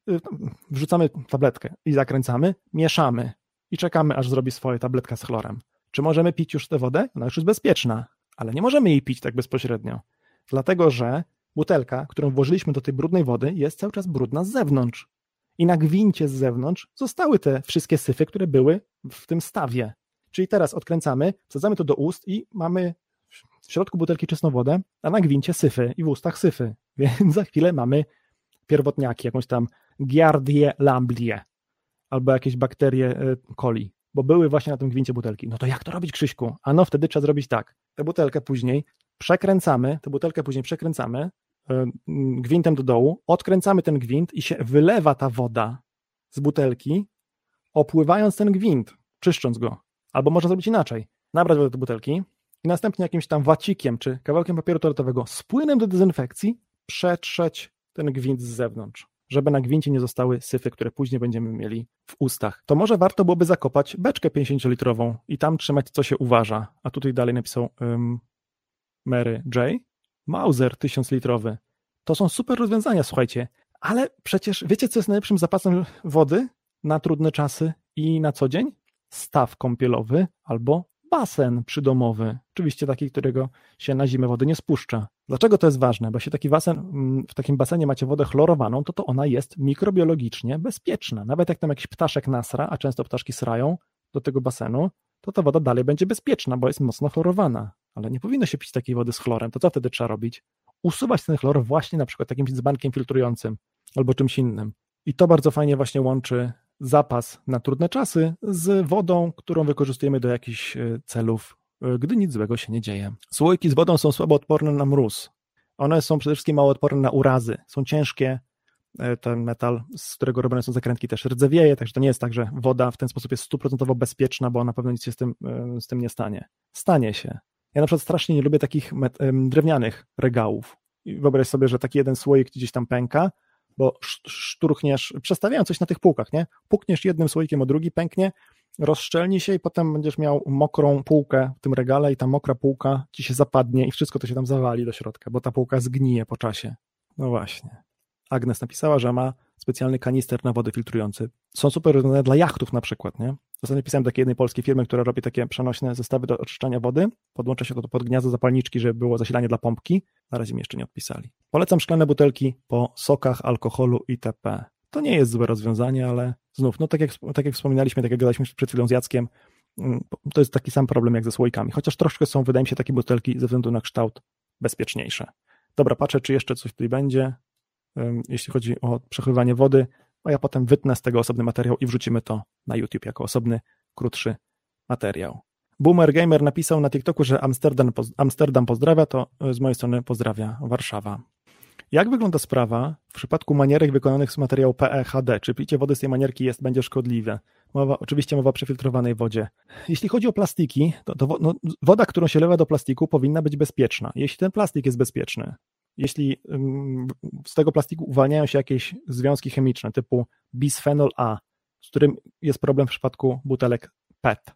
S1: wrzucamy tabletkę i zakręcamy, mieszamy i czekamy, aż zrobi swoje tabletka z chlorem. Czy możemy pić już tę wodę? Ona już jest bezpieczna, ale nie możemy jej pić tak bezpośrednio, dlatego że butelka, którą włożyliśmy do tej brudnej wody, jest cały czas brudna z zewnątrz. I na gwincie z zewnątrz zostały te wszystkie syfy, które były w tym stawie. Czyli teraz odkręcamy, wsadzamy to do ust i mamy w środku butelki czystą wodę, a na gwincie syfy i w ustach syfy. Więc za chwilę mamy pierwotniaki, jakąś tam Giardię lamblie albo jakieś bakterie coli, bo były właśnie na tym gwincie butelki. No to jak to robić, Krzyśku? A no wtedy trzeba zrobić tak. Tę butelkę później przekręcamy, tę butelkę później przekręcamy gwintem do dołu, odkręcamy ten gwint i się wylewa ta woda z butelki, opływając ten gwint, czyszcząc go. Albo można zrobić inaczej. Nabrać wodę do butelki i następnie jakimś tam wacikiem czy kawałkiem papieru toaletowego z płynem do dezynfekcji przetrzeć ten gwint z zewnątrz, żeby na gwincie nie zostały syfy, które później będziemy mieli w ustach. To może warto byłoby zakopać beczkę pięćdziesięciolitrową i tam trzymać, co się uważa. A tutaj dalej napisał um, Mary J. Mauser tysiąclitrowy. To są super rozwiązania, słuchajcie, ale przecież wiecie, co jest najlepszym zapasem wody na trudne czasy i na co dzień? Staw kąpielowy albo basen przydomowy. Oczywiście taki, którego się na zimę wody nie spuszcza. Dlaczego to jest ważne? Bo jeśli taki basen, w takim basenie macie wodę chlorowaną, to to ona jest mikrobiologicznie bezpieczna. Nawet jak tam jakiś ptaszek nasra, a często ptaszki srają do tego basenu, to ta woda dalej będzie bezpieczna, bo jest mocno chlorowana. Ale nie powinno się pić takiej wody z chlorem. To co wtedy trzeba robić? Usuwać ten chlor właśnie na przykład takim dzbankiem filtrującym albo czymś innym. I to bardzo fajnie właśnie łączy zapas na trudne czasy z wodą, którą wykorzystujemy do jakichś celów, gdy nic złego się nie dzieje. Słoiki z wodą są słabo odporne na mróz. One są przede wszystkim mało odporne na urazy. Są ciężkie, ten metal, z którego robione są zakrętki, też rdzewieje, także to nie jest tak, że woda w ten sposób jest stuprocentowo bezpieczna, bo na pewno nic się z tym, z tym nie stanie. Stanie się. Ja na przykład strasznie nie lubię takich met- drewnianych regałów. I wyobraź sobie, że taki jeden słoik gdzieś tam pęka, bo szturchniesz, przestawiając coś na tych półkach, nie? Pukniesz jednym słoikiem o drugi, pęknie, rozszczelni się i potem będziesz miał mokrą półkę w tym regale i ta mokra półka ci się zapadnie i wszystko to się tam zawali do środka, bo ta półka zgnije po czasie. No właśnie. Agnes napisała, że ma specjalny kanister na wody filtrujący. Są super rozwiązania dla jachtów na przykład, nie? Ostatnio pisałem do takiej jednej polskiej firmy, która robi takie przenośne zestawy do oczyszczania wody. Podłącza się to pod gniazdo zapalniczki, żeby było zasilanie dla pompki. Na razie mi jeszcze nie odpisali. Polecam szklane butelki po sokach, alkoholu itp. To nie jest złe rozwiązanie, ale znów, no tak jak, tak jak wspominaliśmy, tak jak gadaliśmy przed chwilą z Jackiem, to jest taki sam problem jak ze słoikami. Chociaż troszkę są, wydaje mi się, takie butelki ze względu na kształt bezpieczniejsze. Dobra, patrzę, czy jeszcze coś tutaj będzie, jeśli chodzi o przechowywanie wody, a ja potem wytnę z tego osobny materiał i wrzucimy to na YouTube jako osobny, krótszy materiał. Boomer Gamer napisał na TikToku, że Amsterdam, Amsterdam pozdrawia, to z mojej strony pozdrawia Warszawa. Jak wygląda sprawa w przypadku manierek wykonanych z materiału P E H D? Czy picie wody z tej manierki jest, będzie szkodliwe? Mowa, oczywiście mowa o przefiltrowanej wodzie. Jeśli chodzi o plastiki, to, to no, woda, którą się lewa do plastiku, powinna być bezpieczna. Jeśli ten plastik jest bezpieczny, jeśli ym, z tego plastiku uwalniają się jakieś związki chemiczne typu bisfenol A, z którym jest problem w przypadku butelek P E T,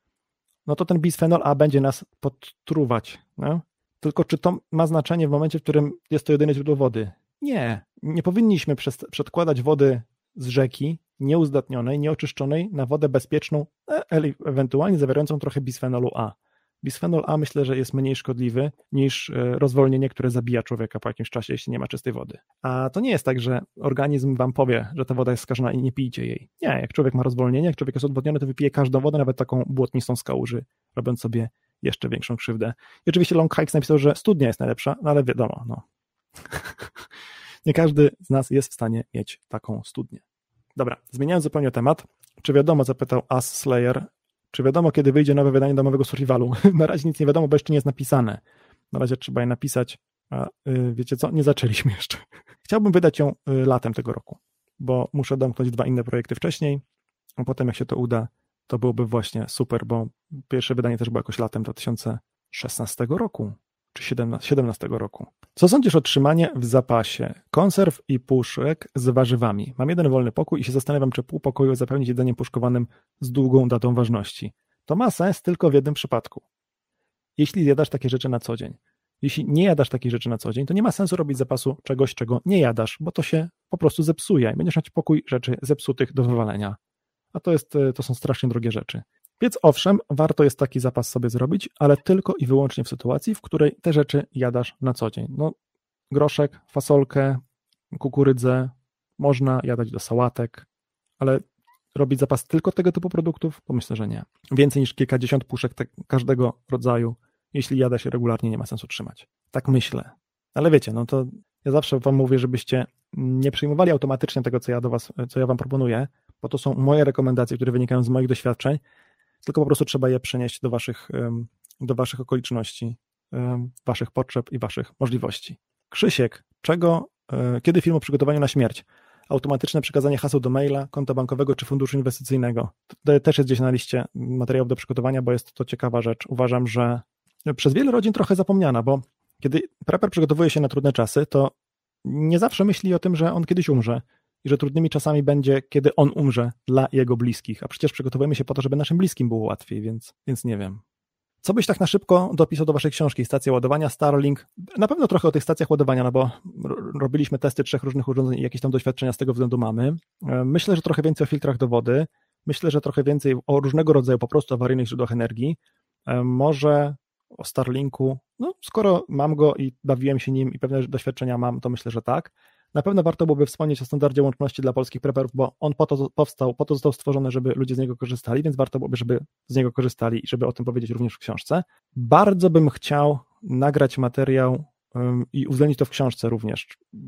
S1: no to ten bisfenol A będzie nas podtruwać. No? Tylko czy to ma znaczenie w momencie, w którym jest to jedyne źródło wody? Nie. Nie powinniśmy przedkładać wody z rzeki nieuzdatnionej, nieoczyszczonej na wodę bezpieczną, e- ewentualnie zawierającą trochę bisfenolu A. Bisfenol A myślę, że jest mniej szkodliwy niż rozwolnienie, które zabija człowieka po jakimś czasie, jeśli nie ma czystej wody. A to nie jest tak, że organizm wam powie, że ta woda jest skażona i nie pijcie jej. Nie, jak człowiek ma rozwolnienie, jak człowiek jest odwodniony, to wypije każdą wodę, nawet taką błotnistą z kałuży, robiąc sobie jeszcze większą krzywdę. I oczywiście Long Hikes napisał, że studnia jest najlepsza, no ale wiadomo, no. Nie każdy z nas jest w stanie mieć taką studnię. Dobra, zmieniając zupełnie temat, czy wiadomo, zapytał As Slayer, czy wiadomo, kiedy wyjdzie nowe wydanie domowego Survivalu? Na razie nic nie wiadomo, bo jeszcze nie jest napisane. Na razie trzeba je napisać, a yy, wiecie co? Nie zaczęliśmy jeszcze. Chciałbym wydać ją yy, latem tego roku, bo muszę domknąć dwa inne projekty wcześniej, a potem jak się to uda, to byłoby właśnie super, bo pierwsze wydanie też było jakoś latem dwa tysiące szesnastego roku, czy czy siedemnastego roku. Co sądzisz o trzymaniu w zapasie konserw i puszek z warzywami? Mam jeden wolny pokój i się zastanawiam, czy pół pokoju zapełnić jedzeniem puszkowanym z długą datą ważności. To ma sens tylko w jednym przypadku. Jeśli jadasz takie rzeczy na co dzień. Jeśli nie jadasz takich rzeczy na co dzień, to nie ma sensu robić zapasu czegoś, czego nie jadasz, bo to się po prostu zepsuje i będziesz mieć pokój rzeczy zepsutych do wywalenia. A to, jest, to są strasznie drogie rzeczy. Więc owszem, warto jest taki zapas sobie zrobić, ale tylko i wyłącznie w sytuacji, w której te rzeczy jadasz na co dzień. No, groszek, fasolkę, kukurydzę można jadać do sałatek, ale robić zapas tylko tego typu produktów? To myślę, że nie. Więcej niż kilkadziesiąt puszek te, każdego rodzaju, jeśli jada się regularnie, nie ma sensu trzymać. Tak myślę. Ale wiecie, no to ja zawsze wam mówię, żebyście nie przyjmowali automatycznie tego, co ja do was, co ja wam proponuję, bo to są moje rekomendacje, które wynikają z moich doświadczeń, tylko po prostu trzeba je przenieść do waszych, do waszych okoliczności, waszych potrzeb i waszych możliwości. Krzysiek, czego, kiedy film o przygotowaniu na śmierć? Automatyczne przekazanie haseł do maila, konta bankowego czy funduszu inwestycyjnego. To też jest gdzieś na liście materiałów do przygotowania, bo jest to ciekawa rzecz. Uważam, że przez wiele rodzin trochę zapomniana, bo kiedy preper przygotowuje się na trudne czasy, to nie zawsze myśli o tym, że on kiedyś umrze i że trudnymi czasami będzie, kiedy on umrze dla jego bliskich, a przecież przygotowujemy się po to, żeby naszym bliskim było łatwiej, więc, więc nie wiem. Co byś tak na szybko dopisał do waszej książki? Stacja ładowania, Starlink. Na pewno trochę o tych stacjach ładowania, no bo robiliśmy testy trzech różnych urządzeń i jakieś tam doświadczenia z tego względu mamy. Myślę, że trochę więcej o filtrach do wody. Myślę, że trochę więcej o różnego rodzaju po prostu awaryjnych źródłach energii. Może o Starlinku. No, skoro mam go i bawiłem się nim i pewne doświadczenia mam, to myślę, że tak. Na pewno warto byłoby wspomnieć o standardzie łączności dla polskich preperów, bo on po to powstał, po to został stworzony, żeby ludzie z niego korzystali, więc warto byłoby, żeby z niego korzystali i żeby o tym powiedzieć również w książce. Bardzo bym chciał nagrać materiał um, i uwzględnić to w książce również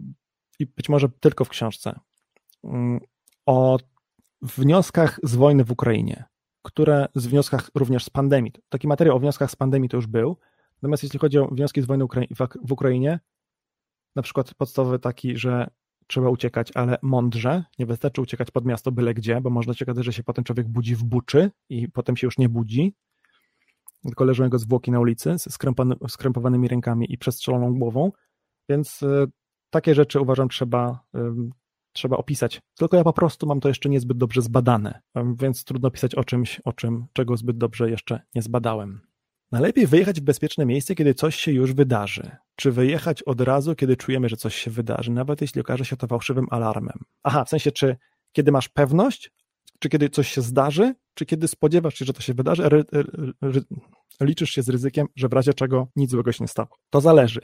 S1: i być może tylko w książce um, o wnioskach z wojny w Ukrainie, które z wnioskach również z pandemii. Taki materiał o wnioskach z pandemii to już był, natomiast jeśli chodzi o wnioski z wojny w Ukrainie, na przykład podstawowy taki, że trzeba uciekać, ale mądrze, nie wystarczy uciekać pod miasto byle gdzie, bo można się okazać, że się potem człowiek budzi w buczy i potem się już nie budzi, tylko leżą jego zwłoki na ulicy z skrępowanymi rękami i przestrzeloną głową, więc y, takie rzeczy uważam trzeba, y, trzeba opisać. Tylko ja po prostu mam to jeszcze niezbyt dobrze zbadane, y, więc trudno pisać o czymś, o czym, czego zbyt dobrze jeszcze nie zbadałem. Najlepiej wyjechać w bezpieczne miejsce, kiedy coś się już wydarzy. Czy wyjechać od razu, kiedy czujemy, że coś się wydarzy, nawet jeśli okaże się to fałszywym alarmem. Aha, w sensie, czy kiedy masz pewność, czy kiedy coś się zdarzy, czy kiedy spodziewasz się, że to się wydarzy, a ry, ry, ry, liczysz się z ryzykiem, że w razie czego nic złego się nie stało. To zależy.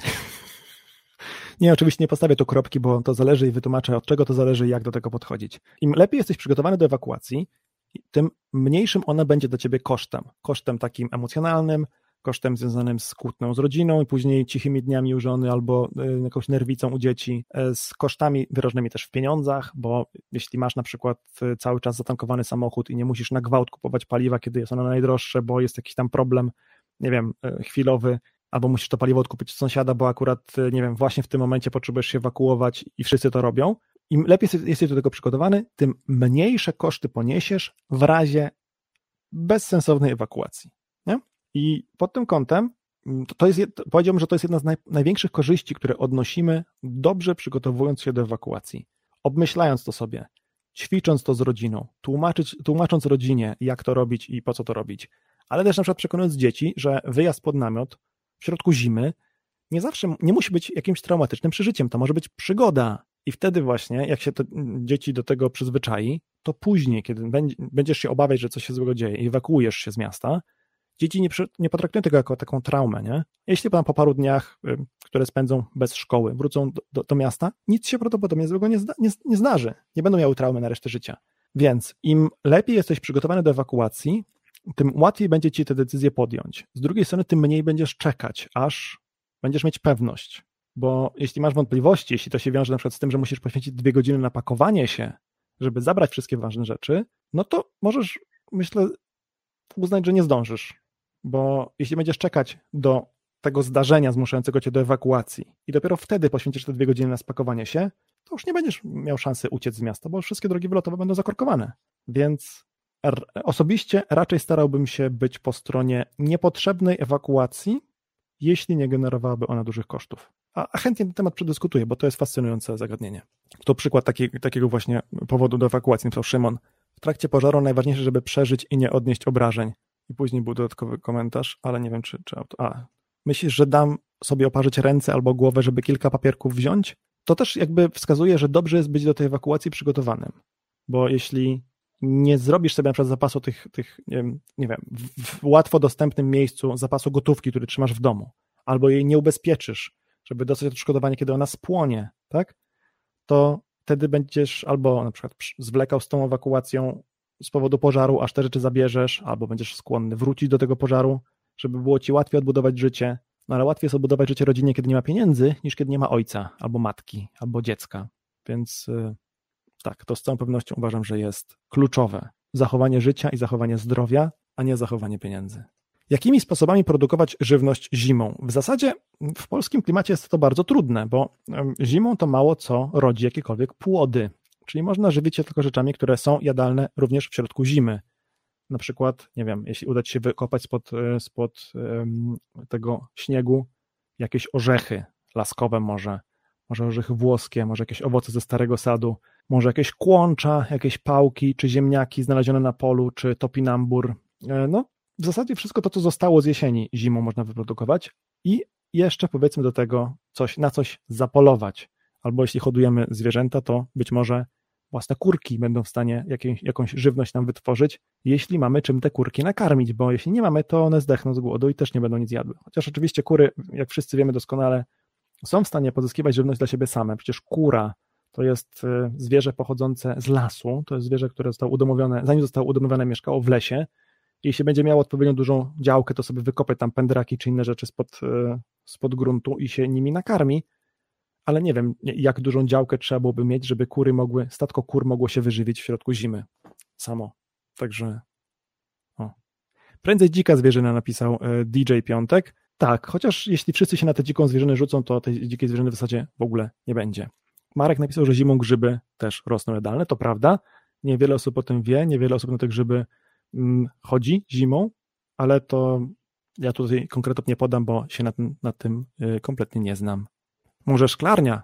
S1: Nie, oczywiście nie postawię tu kropki, bo to zależy i wytłumaczę, od czego to zależy i jak do tego podchodzić. Im lepiej jesteś przygotowany do ewakuacji, tym mniejszym ona będzie dla ciebie kosztem. Kosztem takim emocjonalnym, kosztem związanym z kłótną z rodziną i później cichymi dniami u żony albo jakąś nerwicą u dzieci, z kosztami wyrażonymi też w pieniądzach, bo jeśli masz na przykład cały czas zatankowany samochód i nie musisz na gwałt kupować paliwa, kiedy jest ono najdroższe, bo jest jakiś tam problem, nie wiem, chwilowy, albo musisz to paliwo odkupić od sąsiada, bo akurat, nie wiem, właśnie w tym momencie potrzebujesz się ewakuować i wszyscy to robią. Im lepiej jesteś do tego przygotowany, tym mniejsze koszty poniesiesz w razie bezsensownej ewakuacji. Nie? I pod tym kątem to jest, powiedziałbym, że to jest jedna z naj, największych korzyści, które odnosimy, dobrze przygotowując się do ewakuacji. Obmyślając to sobie, ćwicząc to z rodziną, tłumaczyć, tłumacząc rodzinie, jak to robić i po co to robić, ale też na przykład przekonując dzieci, że wyjazd pod namiot w środku zimy nie zawsze, nie musi być jakimś traumatycznym przeżyciem, to może być przygoda. I wtedy właśnie, jak się to dzieci do tego przyzwyczai, to później, kiedy będziesz się obawiać, że coś się złego dzieje i ewakuujesz się z miasta, dzieci nie, nie potraktują tego jako taką traumę, nie? Jeśli po paru dniach, które spędzą bez szkoły, wrócą do, do, do miasta, nic się prawdopodobnie złego nie, zda, nie, nie zdarzy. Nie będą miały traumy na resztę życia. Więc im lepiej jesteś przygotowany do ewakuacji, tym łatwiej będzie ci te decyzje podjąć. Z drugiej strony, tym mniej będziesz czekać, aż będziesz mieć pewność. Bo jeśli masz wątpliwości, jeśli to się wiąże na przykład z tym, że musisz poświęcić dwie godziny na pakowanie się, żeby zabrać wszystkie ważne rzeczy, no to możesz, myślę, uznać, że nie zdążysz. Bo jeśli będziesz czekać do tego zdarzenia zmuszającego cię do ewakuacji i dopiero wtedy poświęcisz te dwie godziny na spakowanie się, to już nie będziesz miał szansy uciec z miasta, bo wszystkie drogi wylotowe będą zakorkowane. Więc osobiście raczej starałbym się być po stronie niepotrzebnej ewakuacji jeśli nie generowałaby ona dużych kosztów. A, a chętnie ten temat przedyskutuję, bo to jest fascynujące zagadnienie. To przykład taki, takiego właśnie powodu do ewakuacji, napisał Szymon. W trakcie pożaru najważniejsze, żeby przeżyć i nie odnieść obrażeń. I później był dodatkowy komentarz, ale nie wiem, czy... czy auto... A, myślisz, że dam sobie oparzyć ręce albo głowę, żeby kilka papierków wziąć? To też jakby wskazuje, że dobrze jest być do tej ewakuacji przygotowanym. Bo jeśli nie zrobisz sobie na przykład zapasu tych, tych nie wiem, nie wiem w, w łatwo dostępnym miejscu zapasu gotówki, który trzymasz w domu, albo jej nie ubezpieczysz, żeby dostać odszkodowanie, kiedy ona spłonie, tak? To wtedy będziesz albo na przykład zwlekał z tą ewakuacją z powodu pożaru, aż te rzeczy zabierzesz, albo będziesz skłonny wrócić do tego pożaru, żeby było ci łatwiej odbudować życie. No ale łatwiej jest odbudować życie rodzinie, kiedy nie ma pieniędzy, niż kiedy nie ma ojca, albo matki, albo dziecka. Więc yy, tak, to z całą pewnością uważam, że jest kluczowe. Zachowanie życia i zachowanie zdrowia, a nie zachowanie pieniędzy. Jakimi sposobami produkować żywność zimą? W zasadzie w polskim klimacie jest to bardzo trudne, bo zimą to mało co rodzi jakiekolwiek płody. Czyli można żywić się tylko rzeczami, które są jadalne również w środku zimy. Na przykład, nie wiem, jeśli uda ci się wykopać spod, spod um, tego śniegu jakieś orzechy laskowe może, może orzechy włoskie, może jakieś owoce ze starego sadu, może jakieś kłącza, jakieś pałki, czy ziemniaki znalezione na polu, czy topinambur. No, w zasadzie wszystko to, co zostało z jesieni, zimą można wyprodukować i jeszcze powiedzmy do tego coś, na coś zapolować. Albo jeśli hodujemy zwierzęta, to być może własne kurki będą w stanie jakieś, jakąś żywność nam wytworzyć, jeśli mamy czym te kurki nakarmić, bo jeśli nie mamy, to one zdechną z głodu i też nie będą nic jadły. Chociaż oczywiście kury, jak wszyscy wiemy doskonale, są w stanie pozyskiwać żywność dla siebie same. Przecież kura to jest zwierzę pochodzące z lasu, to jest zwierzę, które zostało udomowione, zanim zostało udomowione, mieszkało w lesie. Jeśli będzie miało odpowiednio dużą działkę, to sobie wykopie tam pędraki czy inne rzeczy spod, spod gruntu i się nimi nakarmi, ale nie wiem, jak dużą działkę trzeba byłoby mieć, żeby kury mogły, statko kur mogło się wyżywić w środku zimy samo. Także o. Prędzej dzika zwierzyna, napisał D J Piątek. Tak, chociaż jeśli wszyscy się na tę dziką zwierzynę rzucą, to tej dzikiej zwierzyny w zasadzie w ogóle nie będzie. Marek napisał, że zimą grzyby też rosną jadalne, to prawda. Niewiele osób o tym wie, niewiele osób na te grzyby mm, chodzi zimą, ale to ja tutaj konkretów nie podam, bo się na tym, na tym y, kompletnie nie znam. Może szklarnia?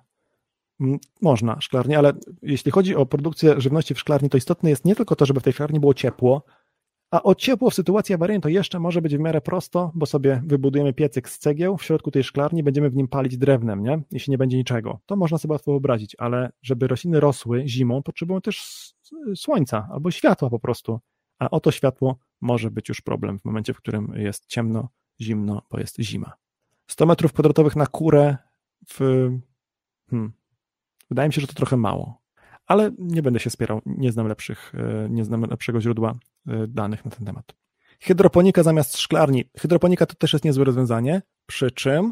S1: Można, szklarnia, ale jeśli chodzi o produkcję żywności w szklarni, to istotne jest nie tylko to, żeby w tej szklarni było ciepło, a o ciepło w sytuacji awaryjnej to jeszcze może być w miarę prosto, bo sobie wybudujemy piecyk z cegieł w środku tej szklarni, będziemy w nim palić drewnem, nie? Jeśli nie będzie niczego. To można sobie łatwo wyobrazić, ale żeby rośliny rosły zimą, potrzebują też słońca albo światła po prostu, a oto światło może być już problem w momencie, w którym jest ciemno, zimno, bo jest zima. sto metrów kwadratowych na kurę w... Hmm. Wydaje mi się, że to trochę mało, ale nie będę się spierał, nie znam lepszych, nie znam lepszego źródła danych na ten temat. Hydroponika zamiast szklarni. Hydroponika to też jest niezłe rozwiązanie, przy czym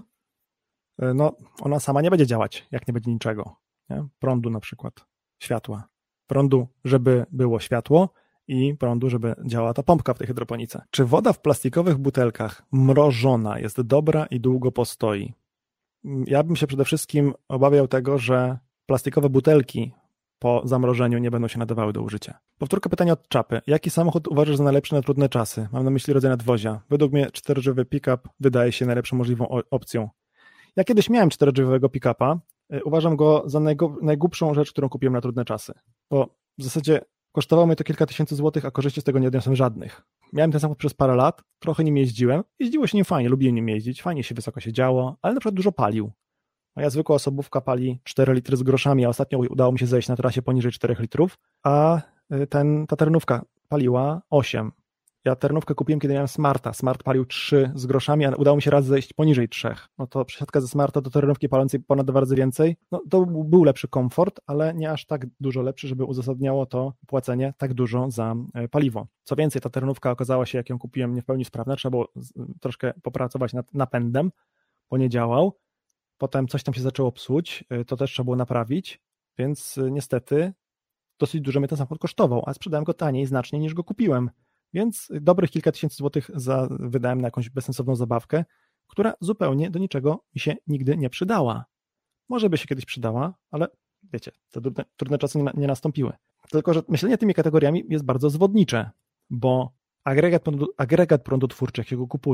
S1: no, ona sama nie będzie działać, jak nie będzie niczego. Nie? Prądu na przykład, światła. Prądu, żeby było światło i prądu, żeby działała ta pompka w tej hydroponice. Czy woda w plastikowych butelkach mrożona jest dobra i długo postoi? Ja bym się przede wszystkim obawiał tego, że plastikowe butelki po zamrożeniu nie będą się nadawały do użycia. Powtórka pytania od Czapy. Jaki samochód uważasz za najlepszy na trudne czasy? Mam na myśli rodzaj nadwozia. Według mnie czterodrzwiowy pick-up wydaje się najlepszą możliwą opcją. Ja kiedyś miałem czterodrzwiowego pick-upa. Uważam go za najgo- najgłupszą rzecz, którą kupiłem na trudne czasy. Bo w zasadzie kosztowało mnie to kilka tysięcy złotych, a korzyści z tego nie odniosłem żadnych. Miałem ten samochód przez parę lat, trochę nim jeździłem. Jeździło się nim fajnie, lubiłem nim jeździć, fajnie się wysoko się działo, ale na przykład dużo palił. Moja zwykła osobówka pali cztery litry z groszami, a ostatnio udało mi się zejść na trasie poniżej czterech litrów, a ten, ta terenówka paliła osiem. Ja terenówkę kupiłem, kiedy miałem Smarta. Smart palił trzy z groszami, a udało mi się raz zejść poniżej trzech. No to przesiadka ze Smarta do terenówki palącej ponad dwa razy więcej. No to był lepszy komfort, ale nie aż tak dużo lepszy, żeby uzasadniało to płacenie tak dużo za paliwo. Co więcej, ta terenówka okazała się, jak ją kupiłem, nie w pełni sprawna. Trzeba było troszkę popracować nad napędem, bo nie działał. Potem coś tam się zaczęło psuć, to też trzeba było naprawić, więc niestety dosyć dużo mnie ten samochód kosztował, a sprzedałem go taniej znacznie niż go kupiłem, więc dobrych kilka tysięcy złotych za, wydałem na jakąś bezsensowną zabawkę, która zupełnie do niczego mi się nigdy nie przydała. Może by się kiedyś przydała, ale wiecie, te trudne, trudne czasy nie, nie nastąpiły. Tylko że myślenie tymi kategoriami jest bardzo zwodnicze, bo agregat, prądu, agregat prądotwórczy, jakiego kupuję,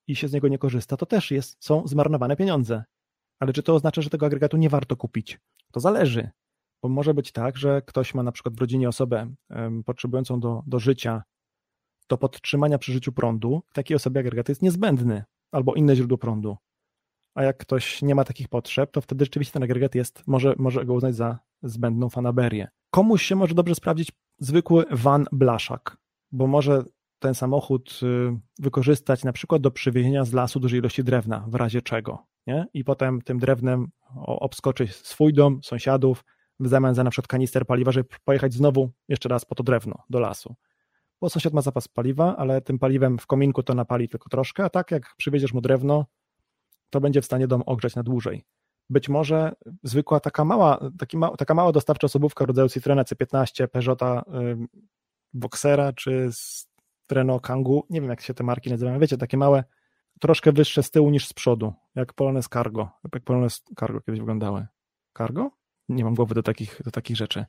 S1: i się z niego nie korzysta, to też jest, są zmarnowane pieniądze. Ale czy to oznacza, że tego agregatu nie warto kupić? To zależy, bo może być tak, że ktoś ma na przykład w rodzinie osobę um, potrzebującą do, do życia, do podtrzymania przy życiu prądu, takiej osobie agregat jest niezbędny, albo inne źródło prądu. A jak ktoś nie ma takich potrzeb, to wtedy rzeczywiście ten agregat jest, może, może go uznać za zbędną fanaberię. Komuś się może dobrze sprawdzić zwykły van blaszak, bo może ten samochód wykorzystać na przykład do przywiezienia z lasu dużej ilości drewna, w razie czego, nie? I potem tym drewnem obskoczyć swój dom, sąsiadów, w zamian za na przykład kanister paliwa, żeby pojechać znowu jeszcze raz po to drewno do lasu. Bo sąsiad ma zapas paliwa, ale tym paliwem w kominku to napali tylko troszkę, a tak jak przywieziesz mu drewno, to będzie w stanie dom ogrzać na dłużej. Być może zwykła taka mała, taki ma, taka mała dostawcza osobówka rodzaju Citroena C piętnaście, Peugeota y, Boxera czy Renault Kangoo, nie wiem jak się te marki nazywają, wiecie, takie małe, troszkę wyższe z tyłu niż z przodu, jak Polonez Cargo, jak Polonez Cargo kiedyś wyglądały. Cargo? Nie mam głowy do takich, do takich rzeczy.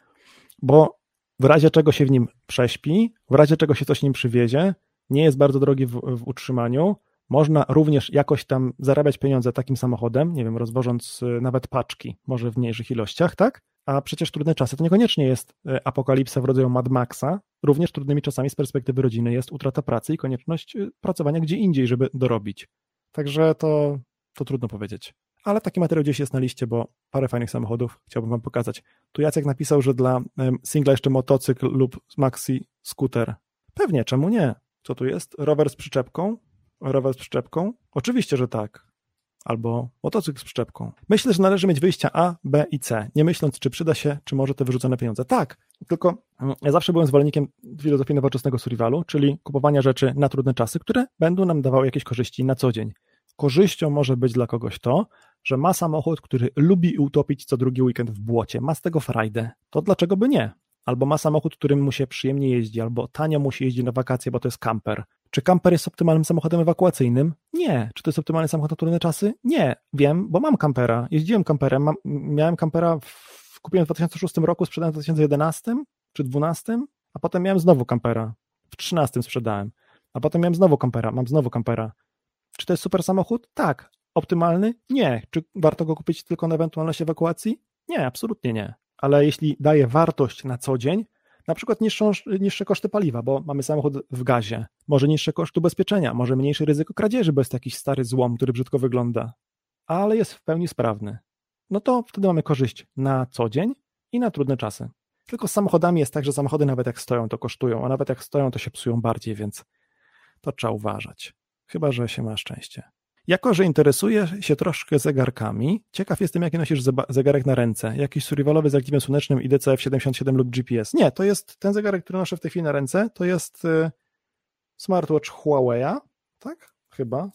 S1: Bo w razie czego się w nim prześpi, w razie czego się coś nim przywiezie, nie jest bardzo drogi w, w utrzymaniu, można również jakoś tam zarabiać pieniądze takim samochodem, nie wiem, rozwożąc nawet paczki, może w mniejszych ilościach, tak? A przecież trudne czasy to niekoniecznie jest apokalipsa w rodzaju Mad Maxa, również trudnymi czasami z perspektywy rodziny jest utrata pracy i konieczność pracowania gdzie indziej, żeby dorobić. Także to, to trudno powiedzieć. Ale taki materiał gdzieś jest na liście, bo parę fajnych samochodów chciałbym wam pokazać. Tu Jacek napisał, że dla singla jeszcze motocykl lub maxi skuter. Pewnie, czemu nie? Co tu jest? Rower z przyczepką? Rower z przyczepką? Oczywiście, że tak. Albo motocykl z przyczepką. Myślę, że należy mieć wyjścia A, B i C, nie myśląc, czy przyda się, czy może te wyrzucone pieniądze. Tak, tylko ja zawsze byłem zwolennikiem filozofii nowoczesnego survivalu, czyli kupowania rzeczy na trudne czasy, które będą nam dawały jakieś korzyści na co dzień. Korzyścią może być dla kogoś to, że ma samochód, który lubi utopić co drugi weekend w błocie, ma z tego frajdę. To dlaczego by nie? Albo ma samochód, którym mu się przyjemnie jeździ, albo tanio musi jeździć na wakacje, bo to jest kamper. Czy kamper jest optymalnym samochodem ewakuacyjnym? Nie. Czy to jest optymalny samochód na trudne czasy? Nie. Wiem, bo mam kampera. Jeździłem kamperem, mam, miałem kampera, w, kupiłem w dwa tysiące szóstym roku, sprzedałem w dwa tysiące jedenastym czy dwunastym, a potem miałem znowu kampera. W trzynastym sprzedałem. A potem miałem znowu kampera, mam znowu kampera. Czy to jest super samochód? Tak. Optymalny? Nie. Czy warto go kupić tylko na ewentualność ewakuacji? Nie, absolutnie nie. Ale jeśli daje wartość na co dzień, na przykład niższą, niższe koszty paliwa, bo mamy samochód w gazie, może niższe koszty ubezpieczenia, może mniejsze ryzyko kradzieży, bo jest jakiś stary złom, który brzydko wygląda, ale jest w pełni sprawny, no to wtedy mamy korzyść na co dzień i na trudne czasy. Tylko z samochodami jest tak, że samochody nawet jak stoją, to kosztują, a nawet jak stoją, to się psują bardziej, więc to trzeba uważać. Chyba że się ma szczęście. Jako że interesuję się troszkę zegarkami, ciekaw jestem, jaki nosisz zegarek na ręce. Jakiś survivalowy z aktywem słonecznym i D C F siedemdziesiąt siedem lub G P S. Nie, to jest ten zegarek, który noszę w tej chwili na ręce, to jest y, smartwatch Huawei'a, tak? Chyba.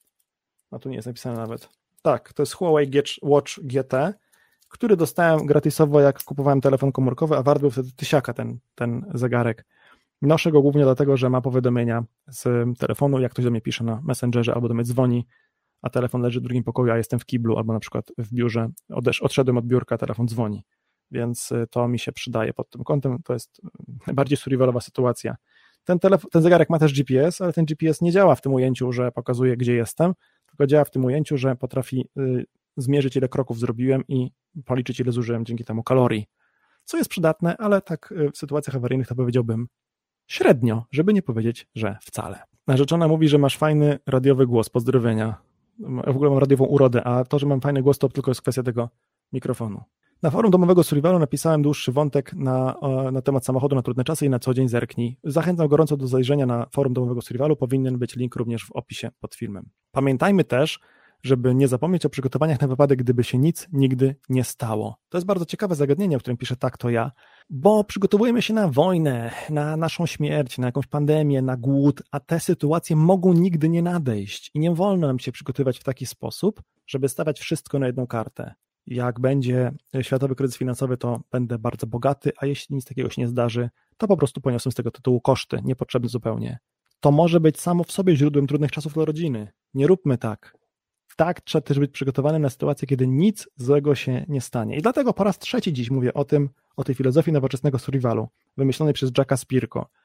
S1: A tu nie jest napisane nawet. Tak, to jest Huawei Watch G T, który dostałem gratisowo, jak kupowałem telefon komórkowy, a wart był wtedy tysiaka ten, ten zegarek. Noszę go głównie dlatego, że ma powiadomienia z telefonu, jak ktoś do mnie pisze na Messengerze albo do mnie dzwoni, a telefon leży w drugim pokoju, a jestem w kiblu albo na przykład w biurze, Odesz, odszedłem od biurka, telefon dzwoni, więc to mi się przydaje pod tym kątem, to jest najbardziej survivalowa sytuacja. Ten, telefon, ten zegarek ma też G P S, ale ten G P S nie działa w tym ujęciu, że pokazuje, gdzie jestem, tylko działa w tym ujęciu, że potrafi y, zmierzyć, ile kroków zrobiłem i policzyć, ile zużyłem dzięki temu kalorii, co jest przydatne, ale tak y, w sytuacjach awaryjnych to powiedziałbym średnio, żeby nie powiedzieć, że wcale. Narzeczona mówi, że masz fajny radiowy głos, pozdrowienia. Ja w ogóle mam radiową urodę, a to, że mam fajny głos, to tylko jest kwestia tego mikrofonu. Na forum domowego survivalu napisałem dłuższy wątek na, na temat samochodu na trudne czasy i na co dzień zerknij. Zachęcam gorąco do zajrzenia na forum domowego survivalu, powinien być link również w opisie pod filmem. Pamiętajmy też, żeby nie zapomnieć o przygotowaniach na wypadek, gdyby się nic nigdy nie stało. To jest bardzo ciekawe zagadnienie, o którym piszę tak to ja, bo przygotowujemy się na wojnę, na naszą śmierć, na jakąś pandemię, na głód, a te sytuacje mogą nigdy nie nadejść i nie wolno nam się przygotowywać w taki sposób, żeby stawiać wszystko na jedną kartę. Jak będzie światowy kryzys finansowy, to będę bardzo bogaty, a jeśli nic takiego się nie zdarzy, to po prostu poniosę z tego tytułu koszty, niepotrzebne zupełnie. To może być samo w sobie źródłem trudnych czasów dla rodziny. Nie róbmy tak. Tak, trzeba też być przygotowany na sytuację, kiedy nic złego się nie stanie. I dlatego po raz trzeci dziś mówię o tym, o tej filozofii nowoczesnego survivalu, wymyślonej przez Jacka Spirko.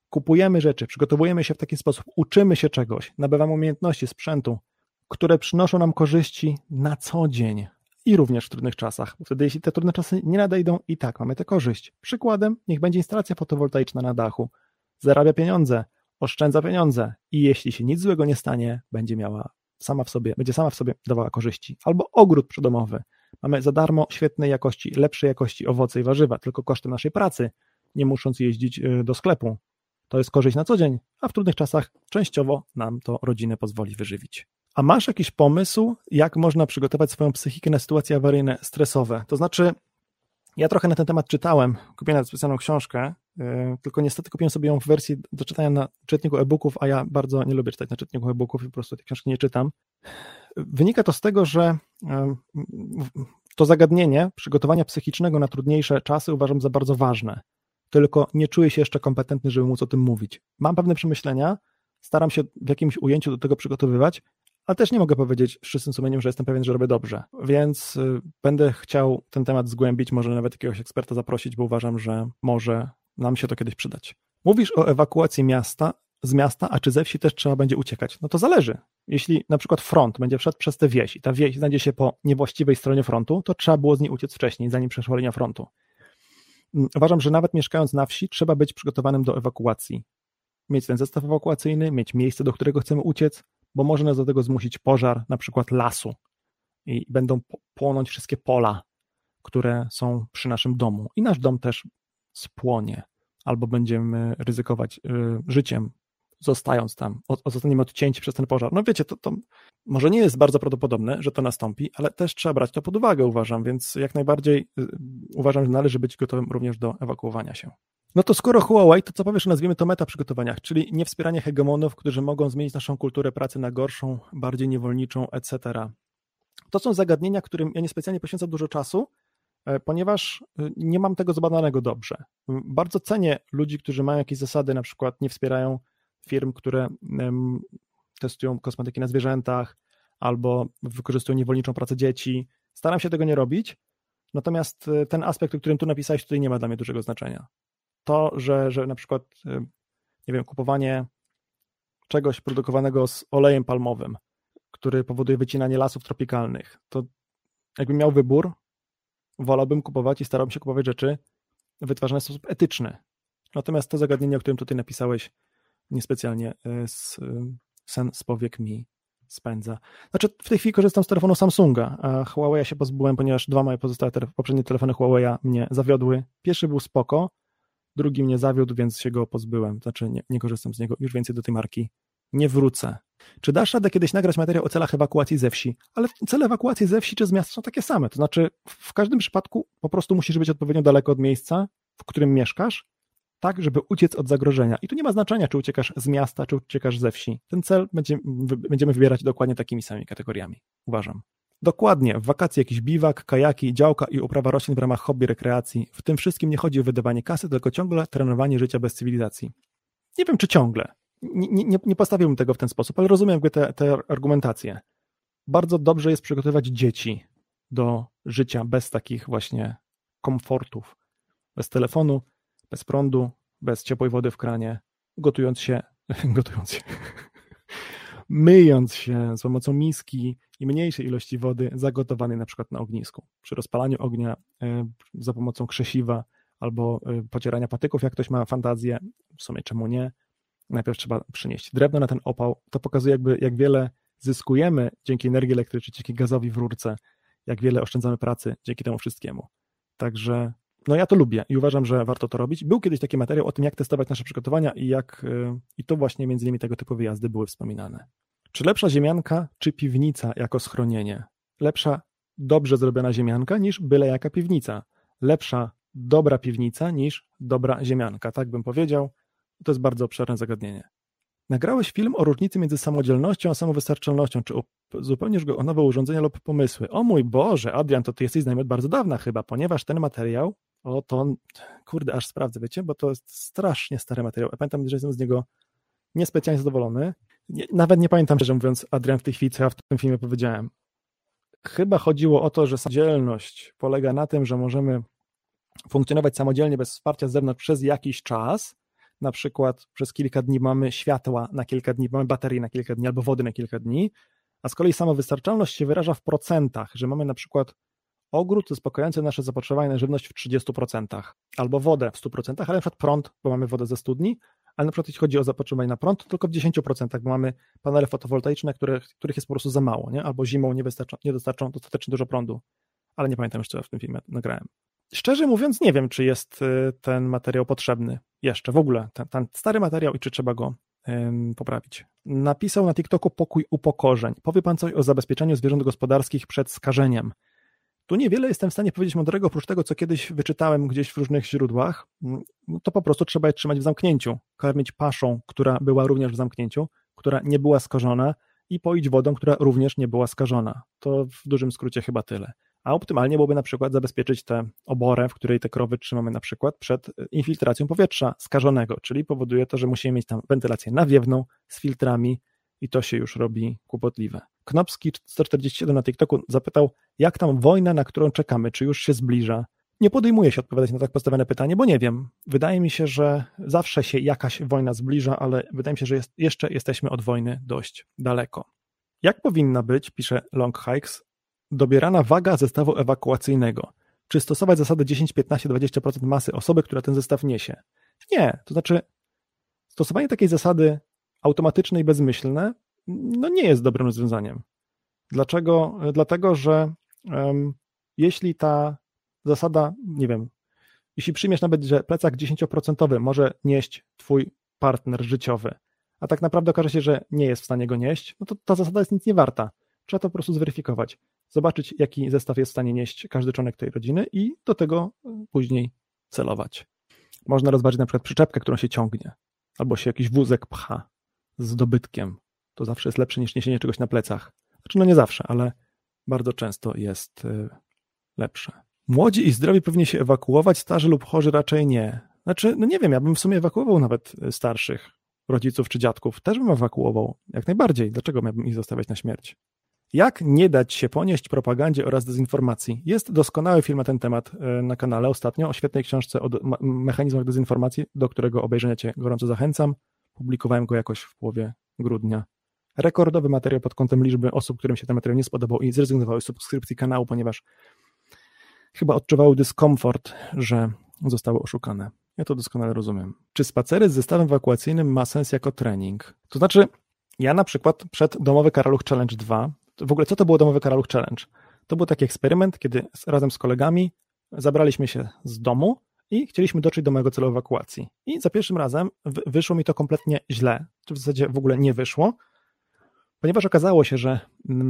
S1: kupujemy rzeczy, przygotowujemy się w taki sposób, uczymy się czegoś, nabywamy umiejętności, sprzętu, które przynoszą nam korzyści na co dzień i również w trudnych czasach. Wtedy jeśli te trudne czasy nie nadejdą, i tak mamy tę korzyść. Przykładem niech będzie instalacja fotowoltaiczna na dachu. Zarabia pieniądze, oszczędza pieniądze i jeśli się nic złego nie stanie, będzie miała sama w sobie, będzie sama w sobie dawała korzyści. Albo ogród przydomowy. Mamy za darmo świetnej jakości, lepszej jakości owoce i warzywa, tylko kosztem naszej pracy, nie musząc jeździć do sklepu. To jest korzyść na co dzień, a w trudnych czasach częściowo nam to rodzinę pozwoli wyżywić. A masz jakiś pomysł, jak można przygotować swoją psychikę na sytuacje awaryjne, stresowe? To znaczy, ja trochę na ten temat czytałem, kupiłem nawet specjalną książkę, yy, tylko niestety kupiłem sobie ją w wersji do czytania na czytniku e-booków, a ja bardzo nie lubię czytać na czytniku e-booków i po prostu tej książki nie czytam. Wynika to z tego, że yy, to zagadnienie przygotowania psychicznego na trudniejsze czasy uważam za bardzo ważne, tylko nie czuję się jeszcze kompetentny, żeby móc o tym mówić. Mam pewne przemyślenia, staram się w jakimś ujęciu do tego przygotowywać, ale też nie mogę powiedzieć z czystym sumieniem, że jestem pewien, że robię dobrze. Więc y, będę chciał ten temat zgłębić, może nawet jakiegoś eksperta zaprosić, bo uważam, że może nam się to kiedyś przydać. Mówisz o ewakuacji miasta, z miasta, a czy ze wsi też trzeba będzie uciekać? No to zależy. Jeśli na przykład front będzie wszedł przez tę wieś i ta wieś znajdzie się po niewłaściwej stronie frontu, to trzeba było z niej uciec wcześniej, zanim przeszła linia frontu. Uważam, że nawet mieszkając na wsi trzeba być przygotowanym do ewakuacji. Mieć ten zestaw ewakuacyjny, mieć miejsce, do którego chcemy uciec, bo może nas do tego zmusić pożar, na przykład lasu i będą płonąć wszystkie pola, które są przy naszym domu i nasz dom też spłonie, albo będziemy ryzykować y, życiem, zostając tam, o, zostaniemy odcięci przez ten pożar. No wiecie, to, to może nie jest bardzo prawdopodobne, że to nastąpi, ale też trzeba brać to pod uwagę, uważam, więc jak najbardziej y, uważam, że należy być gotowym również do ewakuowania się. No to skoro Huawei, to co powiesz, nazwijmy to meta przygotowaniach, czyli nie wspieranie hegemonów, którzy mogą zmienić naszą kulturę pracy na gorszą, bardziej niewolniczą, et cetera. To są zagadnienia, którym ja niespecjalnie poświęcam dużo czasu, ponieważ nie mam tego zbadanego dobrze. Bardzo cenię ludzi, którzy mają jakieś zasady, na przykład nie wspierają firm, które testują kosmetyki na zwierzętach albo wykorzystują niewolniczą pracę dzieci. Staram się tego nie robić, natomiast ten aspekt, o którym tu napisałeś, tutaj nie ma dla mnie dużego znaczenia. To, że, że na przykład, nie wiem, kupowanie czegoś produkowanego z olejem palmowym, który powoduje wycinanie lasów tropikalnych, to jakbym miał wybór, wolałbym kupować i starałbym się kupować rzeczy wytwarzane w sposób etyczny. Natomiast to zagadnienie, o którym tutaj napisałeś, niespecjalnie sen z powiek mi spędza. Znaczy, w tej chwili korzystam z telefonu Samsunga, a Huawei się pozbyłem, ponieważ dwa moje pozostałe telef- poprzednie telefony Huawei mnie zawiodły. Pierwszy był spoko, drugi mnie zawiódł, więc się go pozbyłem. Znaczy, nie, nie korzystam z niego, już więcej do tej marki nie wrócę. Czy dasz radę kiedyś nagrać materiał o celach ewakuacji ze wsi? Ale cele ewakuacji ze wsi czy z miasta są takie same. To znaczy, w każdym przypadku po prostu musisz być odpowiednio daleko od miejsca, w którym mieszkasz, tak, żeby uciec od zagrożenia. I tu nie ma znaczenia, czy uciekasz z miasta, czy uciekasz ze wsi. Ten cel będzie, będziemy wybierać dokładnie takimi samymi kategoriami, uważam. Dokładnie, w wakacje jakiś biwak, kajaki, działka i uprawa roślin w ramach hobby, rekreacji. W tym wszystkim nie chodzi o wydawanie kasy, tylko ciągle trenowanie życia bez cywilizacji. Nie wiem, czy ciągle. Nie, nie, nie postawiłbym tego w ten sposób, ale rozumiem jakby te, te argumentacje. Bardzo dobrze jest przygotowywać dzieci do życia bez takich właśnie komfortów. Bez telefonu, bez prądu, bez ciepłej wody w kranie, gotując się, gotując się, myjąc się z pomocą miski i mniejszej ilości wody zagotowanej na przykład na ognisku. Przy rozpalaniu ognia za pomocą krzesiwa albo pocierania patyków, jak ktoś ma fantazję, w sumie czemu nie, najpierw trzeba przynieść drewno na ten opał. To pokazuje jakby jak wiele zyskujemy dzięki energii elektrycznej, dzięki gazowi w rurce, jak wiele oszczędzamy pracy dzięki temu wszystkiemu. Także no ja to lubię i uważam, że warto to robić. Był kiedyś taki materiał o tym, jak testować nasze przygotowania i jak i to właśnie między innymi tego typu wyjazdy były wspominane. Czy lepsza ziemianka, czy piwnica jako schronienie? Lepsza dobrze zrobiona ziemianka niż byle jaka piwnica. Lepsza dobra piwnica niż dobra ziemianka, tak bym powiedział. To jest bardzo obszerne zagadnienie. Nagrałeś film o różnicy między samodzielnością a samowystarczalnością. Czy uzupełnisz go o nowe urządzenia lub pomysły? O mój Boże, Adrian, to ty jesteś znajomy od bardzo dawna chyba, ponieważ ten materiał, o to, kurde, aż sprawdzę, wiecie, bo to jest strasznie stary materiał. Ja pamiętam, że jestem z niego niespecjalnie zadowolony. Nie, nawet nie pamiętam, szczerze mówiąc, Adrian, w tej chwili, co ja w tym filmie powiedziałem. Chyba chodziło o to, że samodzielność polega na tym, że możemy funkcjonować samodzielnie bez wsparcia z zewnątrz przez jakiś czas, na przykład przez kilka dni mamy światła na kilka dni, mamy baterii na kilka dni albo wody na kilka dni, a z kolei samowystarczalność się wyraża w procentach, że mamy na przykład ogród zaspokajający nasze zapotrzebowanie na żywność w trzydziestu procentach, albo wodę w stu procentach, ale na przykład prąd, bo mamy wodę ze studni, ale na przykład jeśli chodzi o zapotrzebowanie na prąd, to tylko w dziesięciu procentach, bo mamy panele fotowoltaiczne, których, których jest po prostu za mało, nie? Albo zimą nie wystarczą, nie dostarczą dostatecznie dużo prądu, ale nie pamiętam już, co w tym filmie nagrałem. Szczerze mówiąc, nie wiem, czy jest ten materiał potrzebny jeszcze, w ogóle, ten, ten stary materiał i czy trzeba go ym, poprawić. Napisał na TikToku Pokój upokorzeń. Powie pan coś o zabezpieczeniu zwierząt gospodarskich przed skażeniem. Tu niewiele jestem w stanie powiedzieć mądrego, oprócz tego, co kiedyś wyczytałem gdzieś w różnych źródłach. To po prostu trzeba je trzymać w zamknięciu, karmić paszą, która była również w zamknięciu, która nie była skażona i poić wodą, która również nie była skażona. To w dużym skrócie chyba tyle. A optymalnie byłoby na przykład zabezpieczyć tę oborę, w której te krowy trzymamy na przykład przed infiltracją powietrza skażonego, czyli powoduje to, że musimy mieć tam wentylację nawiewną z filtrami i to się już robi kłopotliwe. Knopski sto czterdzieści siedem na TikToku zapytał, jak tam wojna, na którą czekamy, czy już się zbliża? Nie podejmuję się odpowiadać na tak postawione pytanie, bo nie wiem. Wydaje mi się, że zawsze się jakaś wojna zbliża, ale wydaje mi się, że jest, jeszcze jesteśmy od wojny dość daleko. Jak powinna być, pisze Long Hikes, dobierana waga zestawu ewakuacyjnego? Czy stosować zasadę dziesięć, piętnaście, dwadzieścia procent masy osoby, która ten zestaw niesie? Nie, to znaczy stosowanie takiej zasady automatyczne i bezmyślne no nie jest dobrym rozwiązaniem. Dlaczego? Dlatego, że um, jeśli ta zasada, nie wiem, jeśli przyjmiesz nawet, że plecak dziesięcioprocentowy może nieść twój partner życiowy, a tak naprawdę okaże się, że nie jest w stanie go nieść, no to ta zasada jest nic nie warta. Trzeba to po prostu zweryfikować, zobaczyć, jaki zestaw jest w stanie nieść każdy członek tej rodziny i do tego później celować. Można rozważyć na przykład przyczepkę, którą się ciągnie, albo się jakiś wózek pcha z dobytkiem. To zawsze jest lepsze niż niesienie czegoś na plecach. Znaczy, no nie zawsze, ale bardzo często jest lepsze. Młodzi i zdrowi powinni się ewakuować, starzy lub chorzy raczej nie. Znaczy, no nie wiem, ja bym w sumie ewakuował nawet starszych rodziców czy dziadków. Też bym ewakuował, jak najbardziej. Dlaczego miałbym ich zostawiać na śmierć? Jak nie dać się ponieść propagandzie oraz dezinformacji? Jest doskonały film na ten temat na kanale ostatnio, o świetnej książce o mechanizmach dezinformacji, do którego obejrzenia Cię gorąco zachęcam. Publikowałem go jakoś w połowie grudnia. Rekordowy materiał pod kątem liczby osób, którym się ten materiał nie spodobał i zrezygnowały z subskrypcji kanału, ponieważ chyba odczuwały dyskomfort, że zostały oszukane. Ja to doskonale rozumiem. Czy spacery z zestawem ewakuacyjnym ma sens jako trening? To znaczy, ja na przykład przed Domowy Karaluch Challenge dwa, w ogóle co to było Domowy Karaluch Challenge? To był taki eksperyment, kiedy razem z kolegami zabraliśmy się z domu i chcieliśmy dotrzeć do mojego celu ewakuacji. I za pierwszym razem wyszło mi to kompletnie źle, czy w zasadzie w ogóle nie wyszło, ponieważ okazało się, że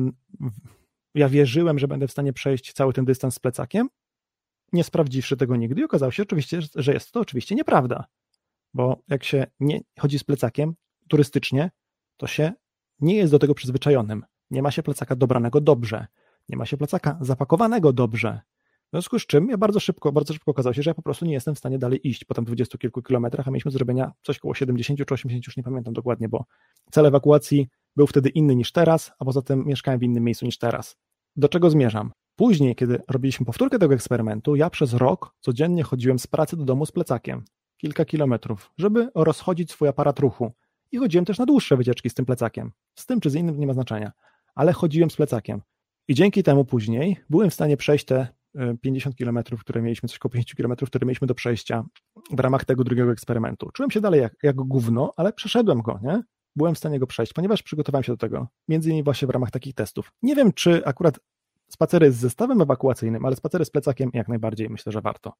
S1: ja wierzyłem, że będę w stanie przejść cały ten dystans z plecakiem, nie sprawdziwszy tego nigdy i okazało się oczywiście, że jest to oczywiście nieprawda, bo jak się nie chodzi z plecakiem turystycznie, to się nie jest do tego przyzwyczajonym. Nie ma się plecaka dobranego dobrze, nie ma się plecaka zapakowanego dobrze. W związku z czym ja bardzo szybko, bardzo szybko okazało się, że ja po prostu nie jestem w stanie dalej iść po tam dwudziestu kilku kilometrach, a mieliśmy do zrobienia coś koło siedemdziesiąt czy osiemdziesiąt, już nie pamiętam dokładnie, bo cel ewakuacji był wtedy inny niż teraz, a poza tym mieszkałem w innym miejscu niż teraz. Do czego zmierzam? Później, kiedy robiliśmy powtórkę tego eksperymentu, ja przez rok codziennie chodziłem z pracy do domu z plecakiem. Kilka kilometrów, żeby rozchodzić swój aparat ruchu. I chodziłem też na dłuższe wycieczki z tym plecakiem. Z tym czy z innym nie ma znaczenia. Ale chodziłem z plecakiem. I dzięki temu później byłem w stanie przejść te pięćdziesiąt kilometrów, które mieliśmy, coś koło pięćdziesiąt kilometrów, które mieliśmy do przejścia w ramach tego drugiego eksperymentu. Czułem się dalej jak, jak gówno, ale przeszedłem go, nie? Byłem w stanie go przejść, ponieważ przygotowałem się do tego. Między innymi właśnie w ramach takich testów. Nie wiem, czy akurat spacery z zestawem ewakuacyjnym, ale spacery z plecakiem jak najbardziej myślę, że warto.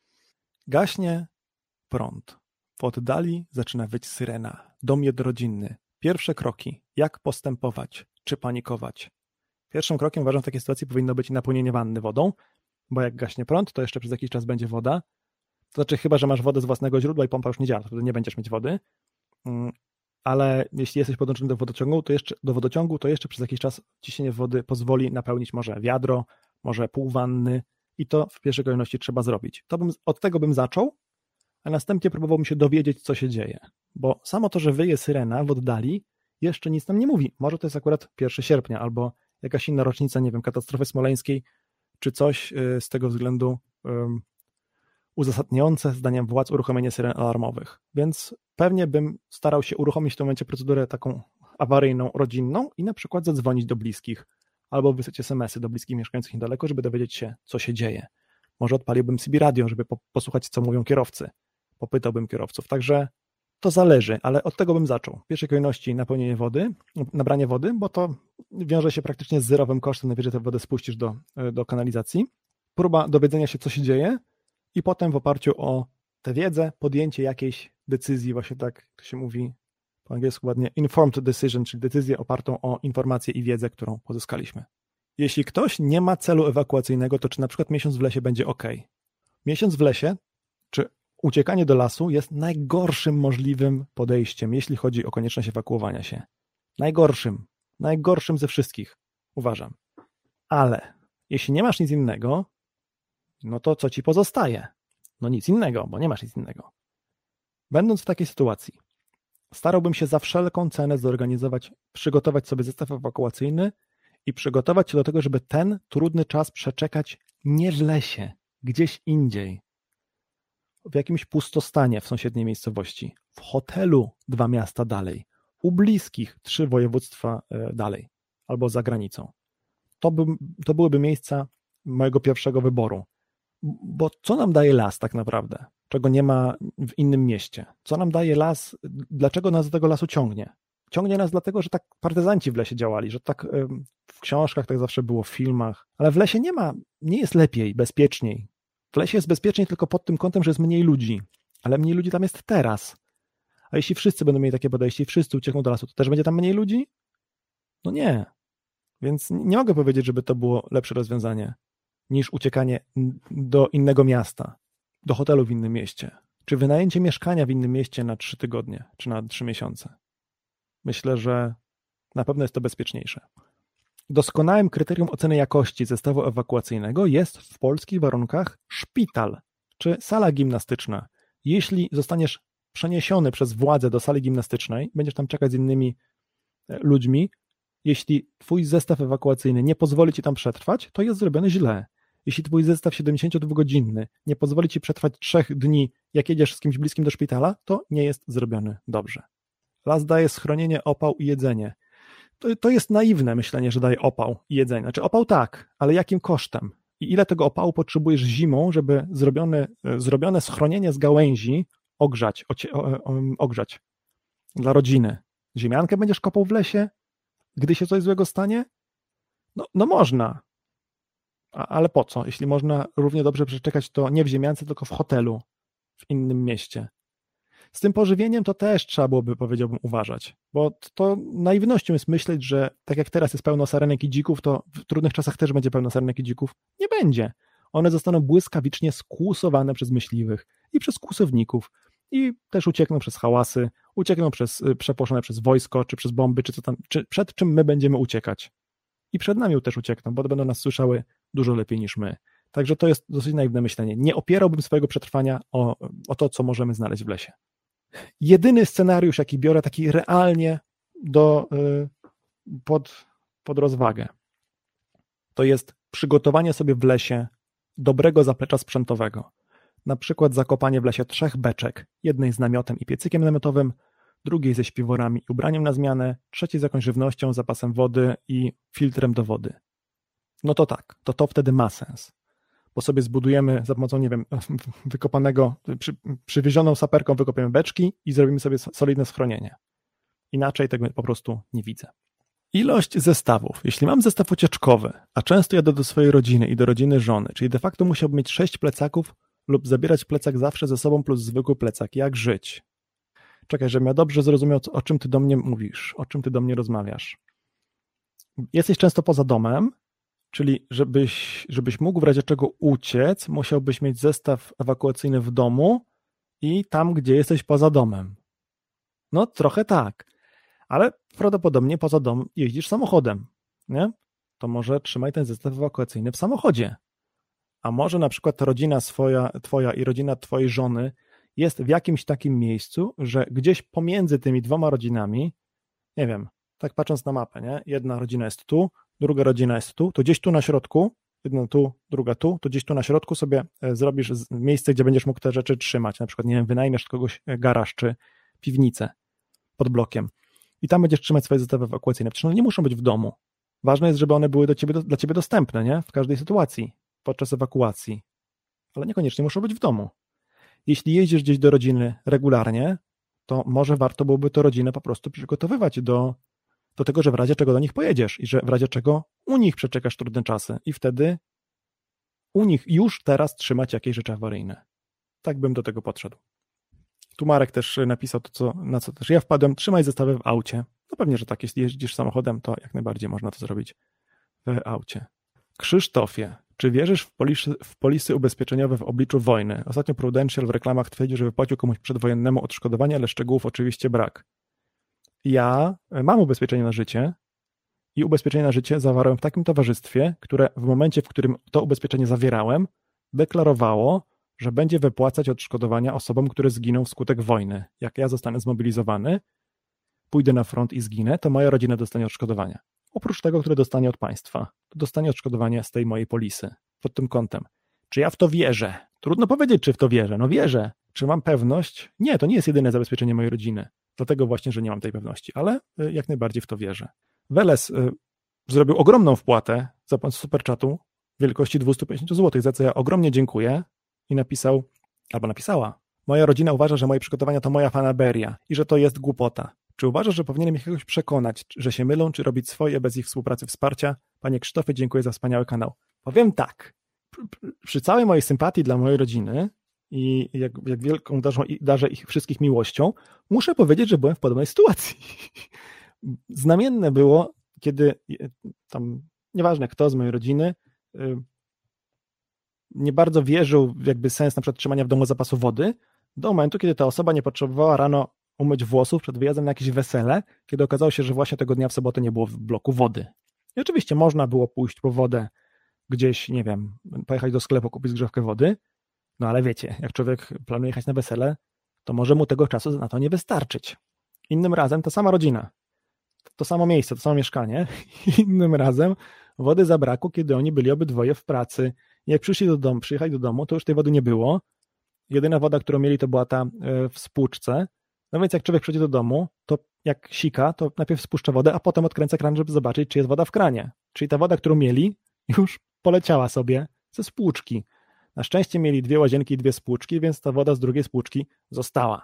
S1: Gaśnie prąd. W oddali zaczyna wyć syrena. Dom jednorodzinny. Pierwsze kroki. Jak postępować? Czy panikować? Pierwszym krokiem uważam w takiej sytuacji powinno być napełnienie wanny wodą, bo jak gaśnie prąd, to jeszcze przez jakiś czas będzie woda. To znaczy chyba, że masz wodę z własnego źródła i pompa już nie działa, to wtedy nie będziesz mieć wody. Ale jeśli jesteś podłączony do wodociągu, to jeszcze, do wodociągu, to jeszcze przez jakiś czas ciśnienie wody pozwoli napełnić może wiadro, może pół wanny i to w pierwszej kolejności trzeba zrobić. To bym, od tego bym zaczął, a następnie próbowałbym się dowiedzieć, co się dzieje. Bo samo to, że wyje syrena w oddali, jeszcze nic nam nie mówi. Może to jest akurat pierwszego sierpnia albo jakaś inna rocznica, nie wiem, katastrofy smoleńskiej, czy coś z tego względu um, uzasadniające zdaniem władz uruchomienie syren alarmowych, więc pewnie bym starał się uruchomić w tym momencie procedurę taką awaryjną, rodzinną i na przykład zadzwonić do bliskich albo wysłać es em esy do bliskich mieszkających niedaleko, żeby dowiedzieć się, co się dzieje. Może odpaliłbym C B radio, żeby po, posłuchać, co mówią kierowcy. Popytałbym kierowców, także to zależy, ale od tego bym zaczął. W pierwszej kolejności napełnienie wody, nabranie wody, bo to wiąże się praktycznie z zerowym kosztem, najwyżej tę wodę spuścisz do, do kanalizacji. Próba dowiedzenia się, co się dzieje i potem w oparciu o tę wiedzę podjęcie jakiejś decyzji, właśnie tak to się mówi po angielsku ładnie, informed decision, czyli decyzję opartą o informację i wiedzę, którą pozyskaliśmy. Jeśli ktoś nie ma celu ewakuacyjnego, to czy na przykład miesiąc w lesie będzie ok? Miesiąc w lesie, czy uciekanie do lasu jest najgorszym możliwym podejściem, jeśli chodzi o konieczność ewakuowania się. Najgorszym, najgorszym ze wszystkich, uważam. Ale jeśli nie masz nic innego, no to co ci pozostaje? No nic innego, bo nie masz nic innego. Będąc w takiej sytuacji, starałbym się za wszelką cenę zorganizować, przygotować sobie zestaw ewakuacyjny i przygotować się do tego, żeby ten trudny czas przeczekać nie w lesie, gdzieś indziej, w jakimś pustostanie w sąsiedniej miejscowości, w hotelu dwa miasta dalej, u bliskich trzy województwa dalej albo za granicą. To, by, to byłyby miejsca mojego pierwszego wyboru. Bo co nam daje las tak naprawdę, czego nie ma w innym mieście? Co nam daje las? Dlaczego nas do tego lasu ciągnie? Ciągnie nas dlatego, że tak partyzanci w lesie działali, że tak w książkach tak zawsze było, w filmach, ale w lesie nie ma, nie jest lepiej, bezpieczniej. W lesie jest bezpieczniej tylko pod tym kątem, że jest mniej ludzi, ale mniej ludzi tam jest teraz. A jeśli wszyscy będą mieli takie podejście i wszyscy uciekną do lasu, to też będzie tam mniej ludzi? No nie. Więc nie mogę powiedzieć, żeby to było lepsze rozwiązanie niż uciekanie do innego miasta, do hotelu w innym mieście, czy wynajęcie mieszkania w innym mieście na trzy tygodnie, czy na trzy miesiące. Myślę, że na pewno jest to bezpieczniejsze. Doskonałym kryterium oceny jakości zestawu ewakuacyjnego jest w polskich warunkach szpital, czy sala gimnastyczna. Jeśli zostaniesz przeniesiony przez władzę do sali gimnastycznej, będziesz tam czekać z innymi ludźmi, jeśli twój zestaw ewakuacyjny nie pozwoli ci tam przetrwać, to jest zrobione źle. Jeśli twój zestaw siedemdziesięciodwugodzinny nie pozwoli ci przetrwać trzech dni, jak jedziesz z kimś bliskim do szpitala, to nie jest zrobiony dobrze. Las daje schronienie, opał i jedzenie. To, to jest naiwne myślenie, że daje opał i jedzenie. Znaczy opał tak, ale jakim kosztem? I ile tego opału potrzebujesz zimą, żeby zrobione, zrobione schronienie z gałęzi ogrzać, ocie, o, o, ogrzać dla rodziny? Ziemiankę będziesz kopał w lesie, gdy się coś złego stanie? No, no można. A, ale po co? Jeśli można równie dobrze przeczekać to nie w ziemiance, tylko w hotelu w innym mieście. Z tym pożywieniem to też trzeba byłoby, powiedziałbym, uważać, bo to naiwnością jest myśleć, że tak jak teraz jest pełno sarenek i dzików, to w trudnych czasach też będzie pełno sarenek i dzików. Nie będzie. One zostaną błyskawicznie skłusowane przez myśliwych i przez kłusowników i też uciekną przez hałasy, uciekną przez przepłoszone przez wojsko, czy przez bomby, czy co tam, czy przed czym my będziemy uciekać. I przed nami też uciekną, bo będą nas słyszały dużo lepiej niż my. Także to jest dosyć naiwne myślenie. Nie opierałbym swojego przetrwania o, o to, co możemy znaleźć w lesie. Jedyny scenariusz, jaki biorę taki realnie do, pod, pod rozwagę, to jest przygotowanie sobie w lesie dobrego zaplecza sprzętowego. Na przykład zakopanie w lesie trzech beczek, jednej z namiotem i piecykiem namiotowym, drugiej ze śpiworami i ubraniem na zmianę, trzeciej z jakąś żywnością, zapasem wody i filtrem do wody. No to tak, to to wtedy ma sens. Bo sobie zbudujemy za pomocą, nie wiem, wykopanego, przy, przywiezioną saperką wykopiemy beczki i zrobimy sobie solidne schronienie. Inaczej tego po prostu nie widzę. Ilość zestawów. Jeśli mam zestaw ucieczkowy, a często jadę do swojej rodziny i do rodziny żony, czyli de facto musiałbym mieć sześć plecaków lub zabierać plecak zawsze ze sobą plus zwykły plecak. Jak żyć? Czekaj, żebym ja dobrze zrozumiał, o czym ty do mnie mówisz, o czym ty do mnie rozmawiasz. Jesteś często poza domem, czyli żebyś, żebyś mógł w razie czego uciec, musiałbyś mieć zestaw ewakuacyjny w domu i tam, gdzie jesteś poza domem. No trochę tak, ale prawdopodobnie poza dom jeździsz samochodem, nie? To może trzymaj ten zestaw ewakuacyjny w samochodzie. A może na przykład rodzina swoja, twoja i rodzina twojej żony jest w jakimś takim miejscu, że gdzieś pomiędzy tymi dwoma rodzinami, nie wiem, tak patrząc na mapę, nie? Jedna rodzina jest tu, druga rodzina jest tu, to gdzieś tu na środku jedna tu, druga tu, to gdzieś tu na środku sobie zrobisz miejsce, gdzie będziesz mógł te rzeczy trzymać. Na przykład, nie wiem, wynajmiesz kogoś garaż czy piwnicę pod blokiem i tam będziesz trzymać swoje zestawy ewakuacyjne. Przecież one nie muszą być w domu. Ważne jest, żeby one były do ciebie, do, dla ciebie dostępne, nie? W każdej sytuacji, podczas ewakuacji. Ale niekoniecznie muszą być w domu. Jeśli jeździsz gdzieś do rodziny regularnie, to może warto byłoby to rodzinę po prostu przygotowywać do, do tego, że w razie czego do nich pojedziesz i że w razie czego u nich przeczekasz trudne czasy i wtedy u nich już teraz trzymać jakieś rzeczy awaryjne. Tak bym do tego podszedł. Tu Marek też napisał to, co, na co też ja wpadłem. Trzymaj zestawy w aucie. No pewnie, że tak, jeśli jeździsz samochodem, to jak najbardziej można to zrobić w aucie. Krzysztofie, czy wierzysz w polisy, w polisy ubezpieczeniowe w obliczu wojny? Ostatnio Prudential w reklamach twierdził, że wypłacił komuś przedwojennemu odszkodowanie, ale szczegółów oczywiście brak. Ja mam ubezpieczenie na życie i ubezpieczenie na życie zawarłem w takim towarzystwie, które w momencie, w którym to ubezpieczenie zawierałem, deklarowało, że będzie wypłacać odszkodowania osobom, które zginą wskutek wojny. Jak ja zostanę zmobilizowany, pójdę na front i zginę, to moja rodzina dostanie odszkodowania. Oprócz tego, które dostanie od państwa, to dostanie odszkodowanie z tej mojej polisy. Pod tym kątem. Czy ja w to wierzę? Trudno powiedzieć, czy w to wierzę. No wierzę. Czy mam pewność? Nie, to nie jest jedyne zabezpieczenie mojej rodziny. Dlatego właśnie, że nie mam tej pewności, ale jak najbardziej w to wierzę. Weles y, zrobił ogromną wpłatę za pomoc superchatu wielkości dwieście pięćdziesiąt złotych, za co ja ogromnie dziękuję i napisał, albo napisała, moja rodzina uważa, że moje przygotowania to moja fanaberia i że to jest głupota. Czy uważasz, że powinienem ich jakoś przekonać, że się mylą, czy robić swoje bez ich współpracy, wsparcia? Panie Krzysztofie, dziękuję za wspaniały kanał. Powiem tak, przy całej mojej sympatii dla mojej rodziny i jak, jak wielką darzą, darzę ich wszystkich miłością, muszę powiedzieć, że byłem w podobnej sytuacji. Znamienne było, kiedy tam, nieważne kto z mojej rodziny, nie bardzo wierzył w jakby sens na przykład trzymania w domu zapasu wody, do momentu, kiedy ta osoba nie potrzebowała rano umyć włosów przed wyjazdem na jakieś wesele, kiedy okazało się, że właśnie tego dnia w sobotę nie było w bloku wody. I oczywiście można było pójść po wodę gdzieś, nie wiem, pojechać do sklepu, kupić zgrzewkę wody, no ale wiecie, jak człowiek planuje jechać na wesele, to może mu tego czasu na to nie wystarczyć. Innym razem ta sama rodzina, to samo miejsce, to samo mieszkanie, innym razem wody zabrakło, kiedy oni byli obydwoje w pracy. I jak przyszli do domu, przyjechali do domu, to już tej wody nie było. Jedyna woda, którą mieli, to była ta w spłuczce. No więc jak człowiek przyjdzie do domu, to jak sika, to najpierw spuszcza wodę, a potem odkręca kran, żeby zobaczyć, czy jest woda w kranie. Czyli ta woda, którą mieli, już poleciała sobie ze spłuczki. Na szczęście mieli dwie łazienki i dwie spłuczki, więc ta woda z drugiej spłuczki została.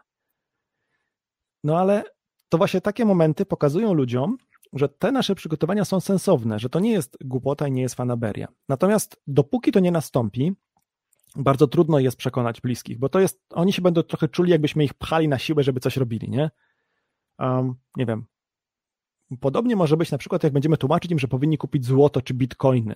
S1: No ale to właśnie takie momenty pokazują ludziom, że te nasze przygotowania są sensowne, że to nie jest głupota i nie jest fanaberia. Natomiast dopóki to nie nastąpi, bardzo trudno jest przekonać bliskich, bo to jest, oni się będą trochę czuli, jakbyśmy ich pchali na siłę, żeby coś robili, nie? Um, nie wiem. Podobnie może być na przykład, jak będziemy tłumaczyć im, że powinni kupić złoto czy bitcoiny,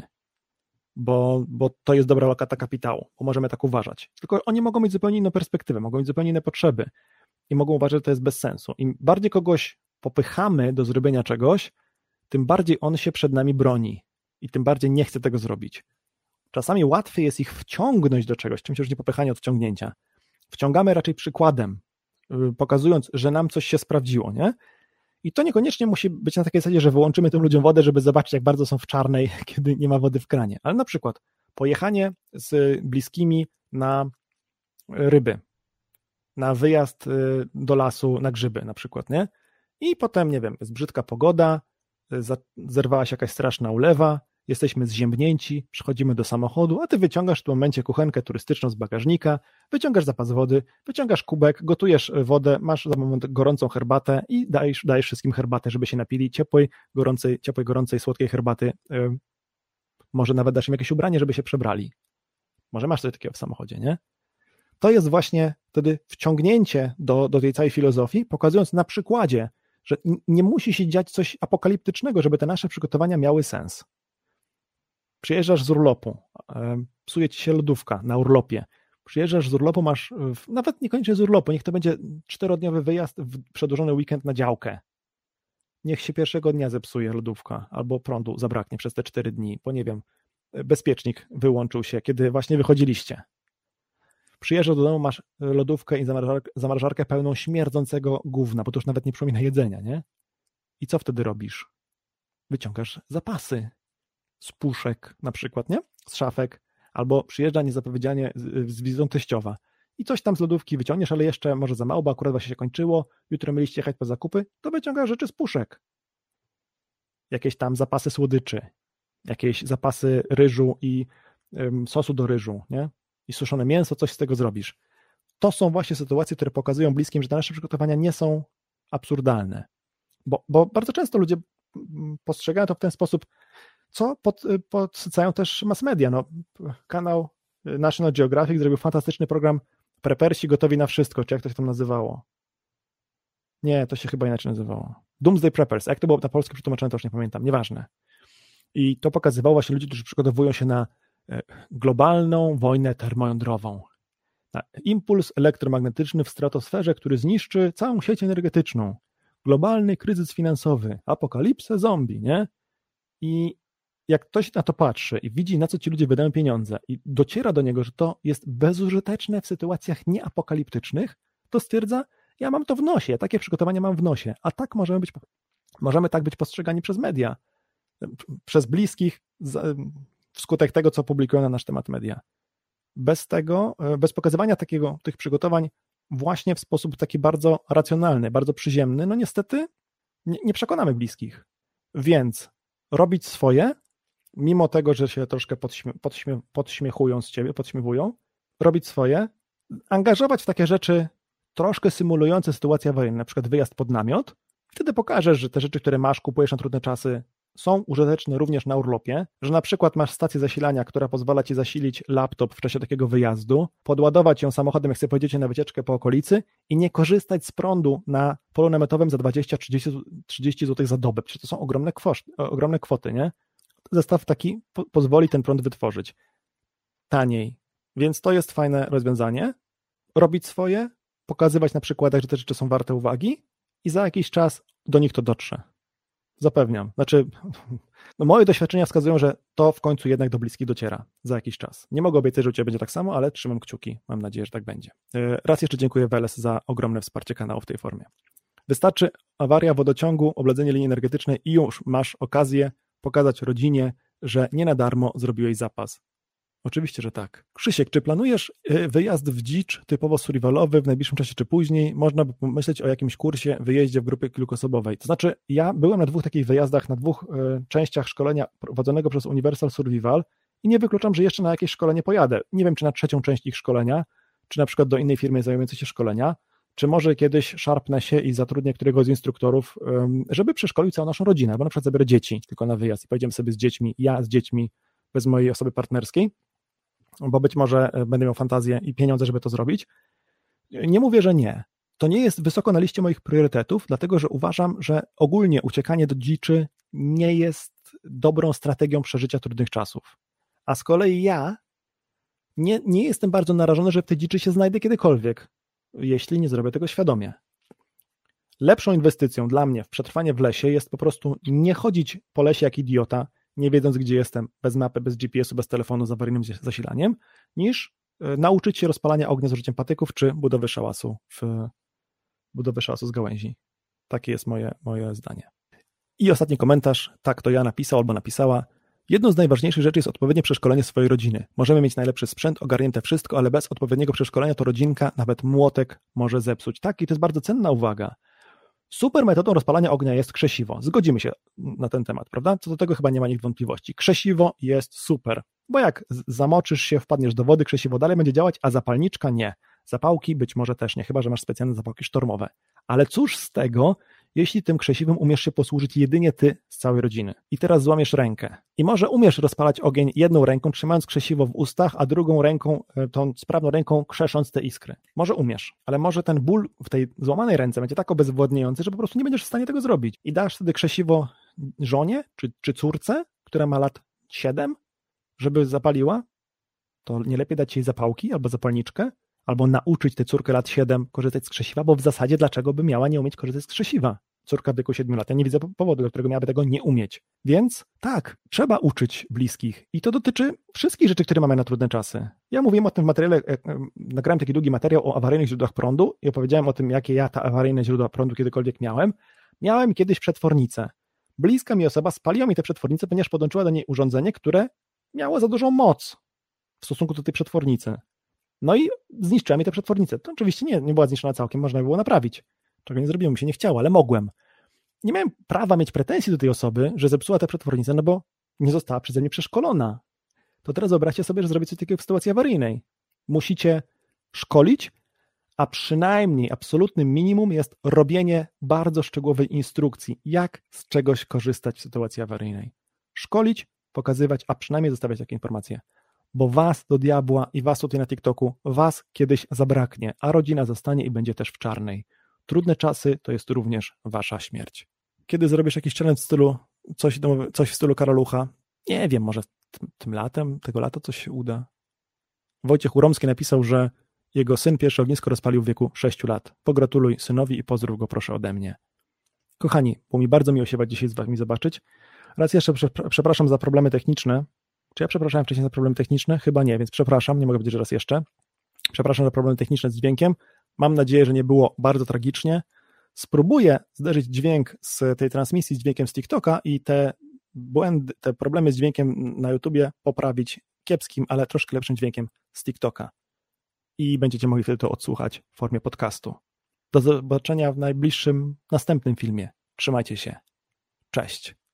S1: bo, bo to jest dobra lokata kapitału, bo możemy tak uważać. Tylko oni mogą mieć zupełnie inną perspektywę, mogą mieć zupełnie inne potrzeby i mogą uważać, że to jest bez sensu. Im bardziej kogoś popychamy do zrobienia czegoś, tym bardziej on się przed nami broni i tym bardziej nie chce tego zrobić. Czasami łatwiej jest ich wciągnąć do czegoś, czym się różni popychanie od wciągnięcia. Wciągamy raczej przykładem, pokazując, że nam coś się sprawdziło, nie? I to niekoniecznie musi być na takiej zasadzie, że wyłączymy tym ludziom wodę, żeby zobaczyć, jak bardzo są w czarnej, kiedy nie ma wody w kranie. Ale na przykład pojechanie z bliskimi na ryby, na wyjazd do lasu, na grzyby na przykład, nie? I potem, nie wiem, jest brzydka pogoda, zerwała się jakaś straszna ulewa, jesteśmy zziębnięci, przychodzimy do samochodu, a ty wyciągasz w tym momencie kuchenkę turystyczną z bagażnika, wyciągasz zapas wody, wyciągasz kubek, gotujesz wodę, masz za moment gorącą herbatę i dajesz, dajesz wszystkim herbatę, żeby się napili ciepłej, gorącej, ciepłej, gorącej, słodkiej herbaty. Yy, może nawet dasz im jakieś ubranie, żeby się przebrali. Może masz coś takiego w samochodzie, nie? To jest właśnie wtedy wciągnięcie do, do tej całej filozofii, pokazując na przykładzie, że nie musi się dziać coś apokaliptycznego, żeby te nasze przygotowania miały sens. Przyjeżdżasz z urlopu, psuje ci się lodówka na urlopie. Przyjeżdżasz z urlopu, masz, nawet niekoniecznie z urlopu, niech to będzie czterodniowy wyjazd w przedłużony weekend na działkę. Niech się pierwszego dnia zepsuje lodówka, albo prądu zabraknie przez te cztery dni, bo nie wiem, bezpiecznik wyłączył się, kiedy właśnie wychodziliście. Przyjeżdżasz do domu, masz lodówkę i zamrażarkę, zamrażarkę pełną śmierdzącego gówna, bo to już nawet nie przypomina jedzenia, nie? I co wtedy robisz? Wyciągasz zapasy z puszek na przykład, nie? z szafek, albo przyjeżdża niezapowiedzianie z, z wizytą teściowa i coś tam z lodówki wyciągniesz, ale jeszcze może za mało, bo akurat właśnie się kończyło, jutro mieliście jechać po zakupy, to wyciągasz rzeczy z puszek. Jakieś tam zapasy słodyczy, jakieś zapasy ryżu i ym, sosu do ryżu, nie? I suszone mięso, coś z tego zrobisz. To są właśnie sytuacje, które pokazują bliskim, że te nasze przygotowania nie są absurdalne. Bo, bo bardzo często ludzie postrzegają to w ten sposób, co pod, podsycają też mass media. No, kanał National Geographic zrobił fantastyczny program Prepersi gotowi na wszystko, czy jak to się tam nazywało? Nie, to się chyba inaczej nazywało. Doomsday Preppers. Jak to było na polskie przetłumaczone, to już nie pamiętam. Nieważne. I to pokazywało właśnie ludzi, którzy przygotowują się na globalną wojnę termojądrową. Na impuls elektromagnetyczny w stratosferze, który zniszczy całą sieć energetyczną. Globalny kryzys finansowy, apokalipsę zombie, nie? I jak ktoś na to patrzy i widzi, na co ci ludzie wydają pieniądze i dociera do niego, że to jest bezużyteczne w sytuacjach nieapokaliptycznych, to stwierdza, ja mam to w nosie, ja takie przygotowania mam w nosie, a tak możemy być, możemy tak być postrzegani przez media, przez bliskich, wskutek tego, co publikują na nasz temat media. Bez tego, bez pokazywania takiego, tych przygotowań właśnie w sposób taki bardzo racjonalny, bardzo przyziemny, no niestety nie, nie przekonamy bliskich. Więc robić swoje, mimo tego, że się troszkę podśmie, podśmie, podśmiechują z ciebie, podśmiewują, robić swoje, angażować w takie rzeczy troszkę symulujące sytuację awaryjną, na przykład wyjazd pod namiot, wtedy pokażesz, że te rzeczy, które masz, kupujesz na trudne czasy, są użyteczne również na urlopie, że na przykład masz stację zasilania, która pozwala ci zasilić laptop w czasie takiego wyjazdu, podładować ją samochodem, jak sobie pojedziecie na wycieczkę po okolicy i nie korzystać z prądu na polu namiotowym za dwadzieścia trzydzieści złotych za dobę. Przecież to są ogromne, kwoszt, ogromne kwoty, nie? Zestaw taki po- pozwoli ten prąd wytworzyć taniej. Więc to jest fajne rozwiązanie. Robić swoje, pokazywać na przykładach, że te rzeczy są warte uwagi i za jakiś czas do nich to dotrze. Zapewniam. Znaczy, no moje doświadczenia wskazują, że to w końcu jednak do bliskich dociera za jakiś czas. Nie mogę obiecać, że u ciebie będzie tak samo, ale trzymam kciuki. Mam nadzieję, że tak będzie. Raz jeszcze dziękuję Weles za ogromne wsparcie kanału w tej formie. Wystarczy awaria wodociągu, obledzenie linii energetycznej i już masz okazję pokazać rodzinie, że nie na darmo zrobiłeś zapas. Oczywiście, że tak. Krzysiek, czy planujesz wyjazd w dzicz typowo survivalowy w najbliższym czasie czy później? Można by pomyśleć o jakimś kursie, wyjeździe w grupie kilkuosobowej. To znaczy, ja byłem na dwóch takich wyjazdach, na dwóch y, częściach szkolenia prowadzonego przez Universal Survival i nie wykluczam, że jeszcze na jakieś szkolenie pojadę. Nie wiem, czy na trzecią część ich szkolenia, czy na przykład do innej firmy zajmującej się szkolenia, czy może kiedyś szarpnę się i zatrudnię któregoś z instruktorów, y, żeby przeszkolił całą naszą rodzinę, albo na przykład zabiorę dzieci tylko na wyjazd i pojedziemy sobie z dziećmi, ja z dziećmi, bez mojej osoby partnerskiej, bo być może będę miał fantazję i pieniądze, żeby to zrobić. Nie mówię, że nie. To nie jest wysoko na liście moich priorytetów, dlatego że uważam, że ogólnie uciekanie do dziczy nie jest dobrą strategią przeżycia trudnych czasów. A z kolei ja nie, nie jestem bardzo narażony, że w tej dziczy się znajdę kiedykolwiek, jeśli nie zrobię tego świadomie. Lepszą inwestycją dla mnie w przetrwanie w lesie jest po prostu nie chodzić po lesie jak idiota, nie wiedząc, gdzie jestem, bez mapy, bez G P S u, bez telefonu z awaryjnym zasilaniem, niż nauczyć się rozpalania ognia z użyciem patyków, czy budowy szałasu w budowy szałasu z gałęzi. Takie jest moje, moje zdanie. I ostatni komentarz, tak to ja napisał albo napisała. Jedną z najważniejszych rzeczy jest odpowiednie przeszkolenie swojej rodziny. Możemy mieć najlepszy sprzęt, ogarnięte wszystko, ale bez odpowiedniego przeszkolenia to rodzinka, nawet młotek może zepsuć. Tak, i to jest bardzo cenna uwaga. Super metodą rozpalania ognia jest krzesiwo. Zgodzimy się na ten temat, prawda? Co do tego chyba nie ma nikt wątpliwości. Krzesiwo jest super, bo jak zamoczysz się, wpadniesz do wody, krzesiwo dalej będzie działać, a zapalniczka nie. Zapałki być może też nie, chyba że masz specjalne zapałki sztormowe. Ale cóż z tego, jeśli tym krzesiwem umiesz się posłużyć jedynie ty z całej rodziny. I teraz złamiesz rękę. I może umiesz rozpalać ogień jedną ręką, trzymając krzesiwo w ustach, a drugą ręką, tą sprawną ręką krzesząc te iskry. Może umiesz, ale może ten ból w tej złamanej ręce będzie tak obezwładniający, że po prostu nie będziesz w stanie tego zrobić. I dasz wtedy krzesiwo żonie czy, czy córce, która ma lat siedem, żeby zapaliła, to nie lepiej dać jej zapałki albo zapalniczkę, albo nauczyć tę córkę lat siedem korzystać z krzesiwa, bo w zasadzie dlaczego by miała nie umieć korzystać z krzesiwa? Córka w wieku siedmiu lat. Ja nie widzę powodu, dla którego miałaby tego nie umieć. Więc tak, trzeba uczyć bliskich. I to dotyczy wszystkich rzeczy, które mamy na trudne czasy. Ja mówiłem o tym w materiale, nagrałem taki długi materiał o awaryjnych źródłach prądu i opowiedziałem o tym, jakie ja te awaryjne źródła prądu kiedykolwiek miałem. Miałem kiedyś przetwornicę. Bliska mi osoba spaliła mi tę przetwornicę, ponieważ podłączyła do niej urządzenie, które miało za dużą moc w stosunku do tej przetwornicy. No i zniszczyła mi tę przetwornicę. To oczywiście nie, nie była zniszczona całkiem, można by było naprawić. Czego nie zrobiłem, mi się nie chciało, ale mogłem. Nie miałem prawa mieć pretensji do tej osoby, że zepsuła tę przetwornicę, no bo nie została przeze mnie przeszkolona. To teraz wyobraźcie sobie, że zrobicie coś takiego w sytuacji awaryjnej. Musicie szkolić, a przynajmniej absolutnym minimum jest robienie bardzo szczegółowej instrukcji, jak z czegoś korzystać w sytuacji awaryjnej. Szkolić, pokazywać, a przynajmniej zostawiać takie informacje. Bo was do diabła i was tutaj na TikToku, was kiedyś zabraknie, a rodzina zostanie i będzie też w czarnej. Trudne czasy to jest również wasza śmierć. Kiedy zrobisz jakiś challenge w stylu, coś, coś w stylu Karolucha? Nie wiem, może tym, tym latem, tego lata coś się uda. Wojciech Uromski napisał, że jego syn pierwsze ognisko rozpalił w wieku sześciu lat. Pogratuluj synowi i pozdrów go proszę ode mnie. Kochani, było mi bardzo miło się dzisiaj z wami zobaczyć. Raz jeszcze przepraszam za problemy techniczne. Czy ja przepraszałem wcześniej za problemy techniczne? Chyba nie, więc przepraszam, nie mogę powiedzieć, że raz jeszcze. Przepraszam za problemy techniczne z dźwiękiem. Mam nadzieję, że nie było bardzo tragicznie. Spróbuję zderzyć dźwięk z tej transmisji z dźwiękiem z TikToka i te błędy, te problemy z dźwiękiem na YouTubie poprawić kiepskim, ale troszkę lepszym dźwiękiem z TikToka. I będziecie mogli wtedy to odsłuchać w formie podcastu. Do zobaczenia w najbliższym, następnym filmie. Trzymajcie się. Cześć.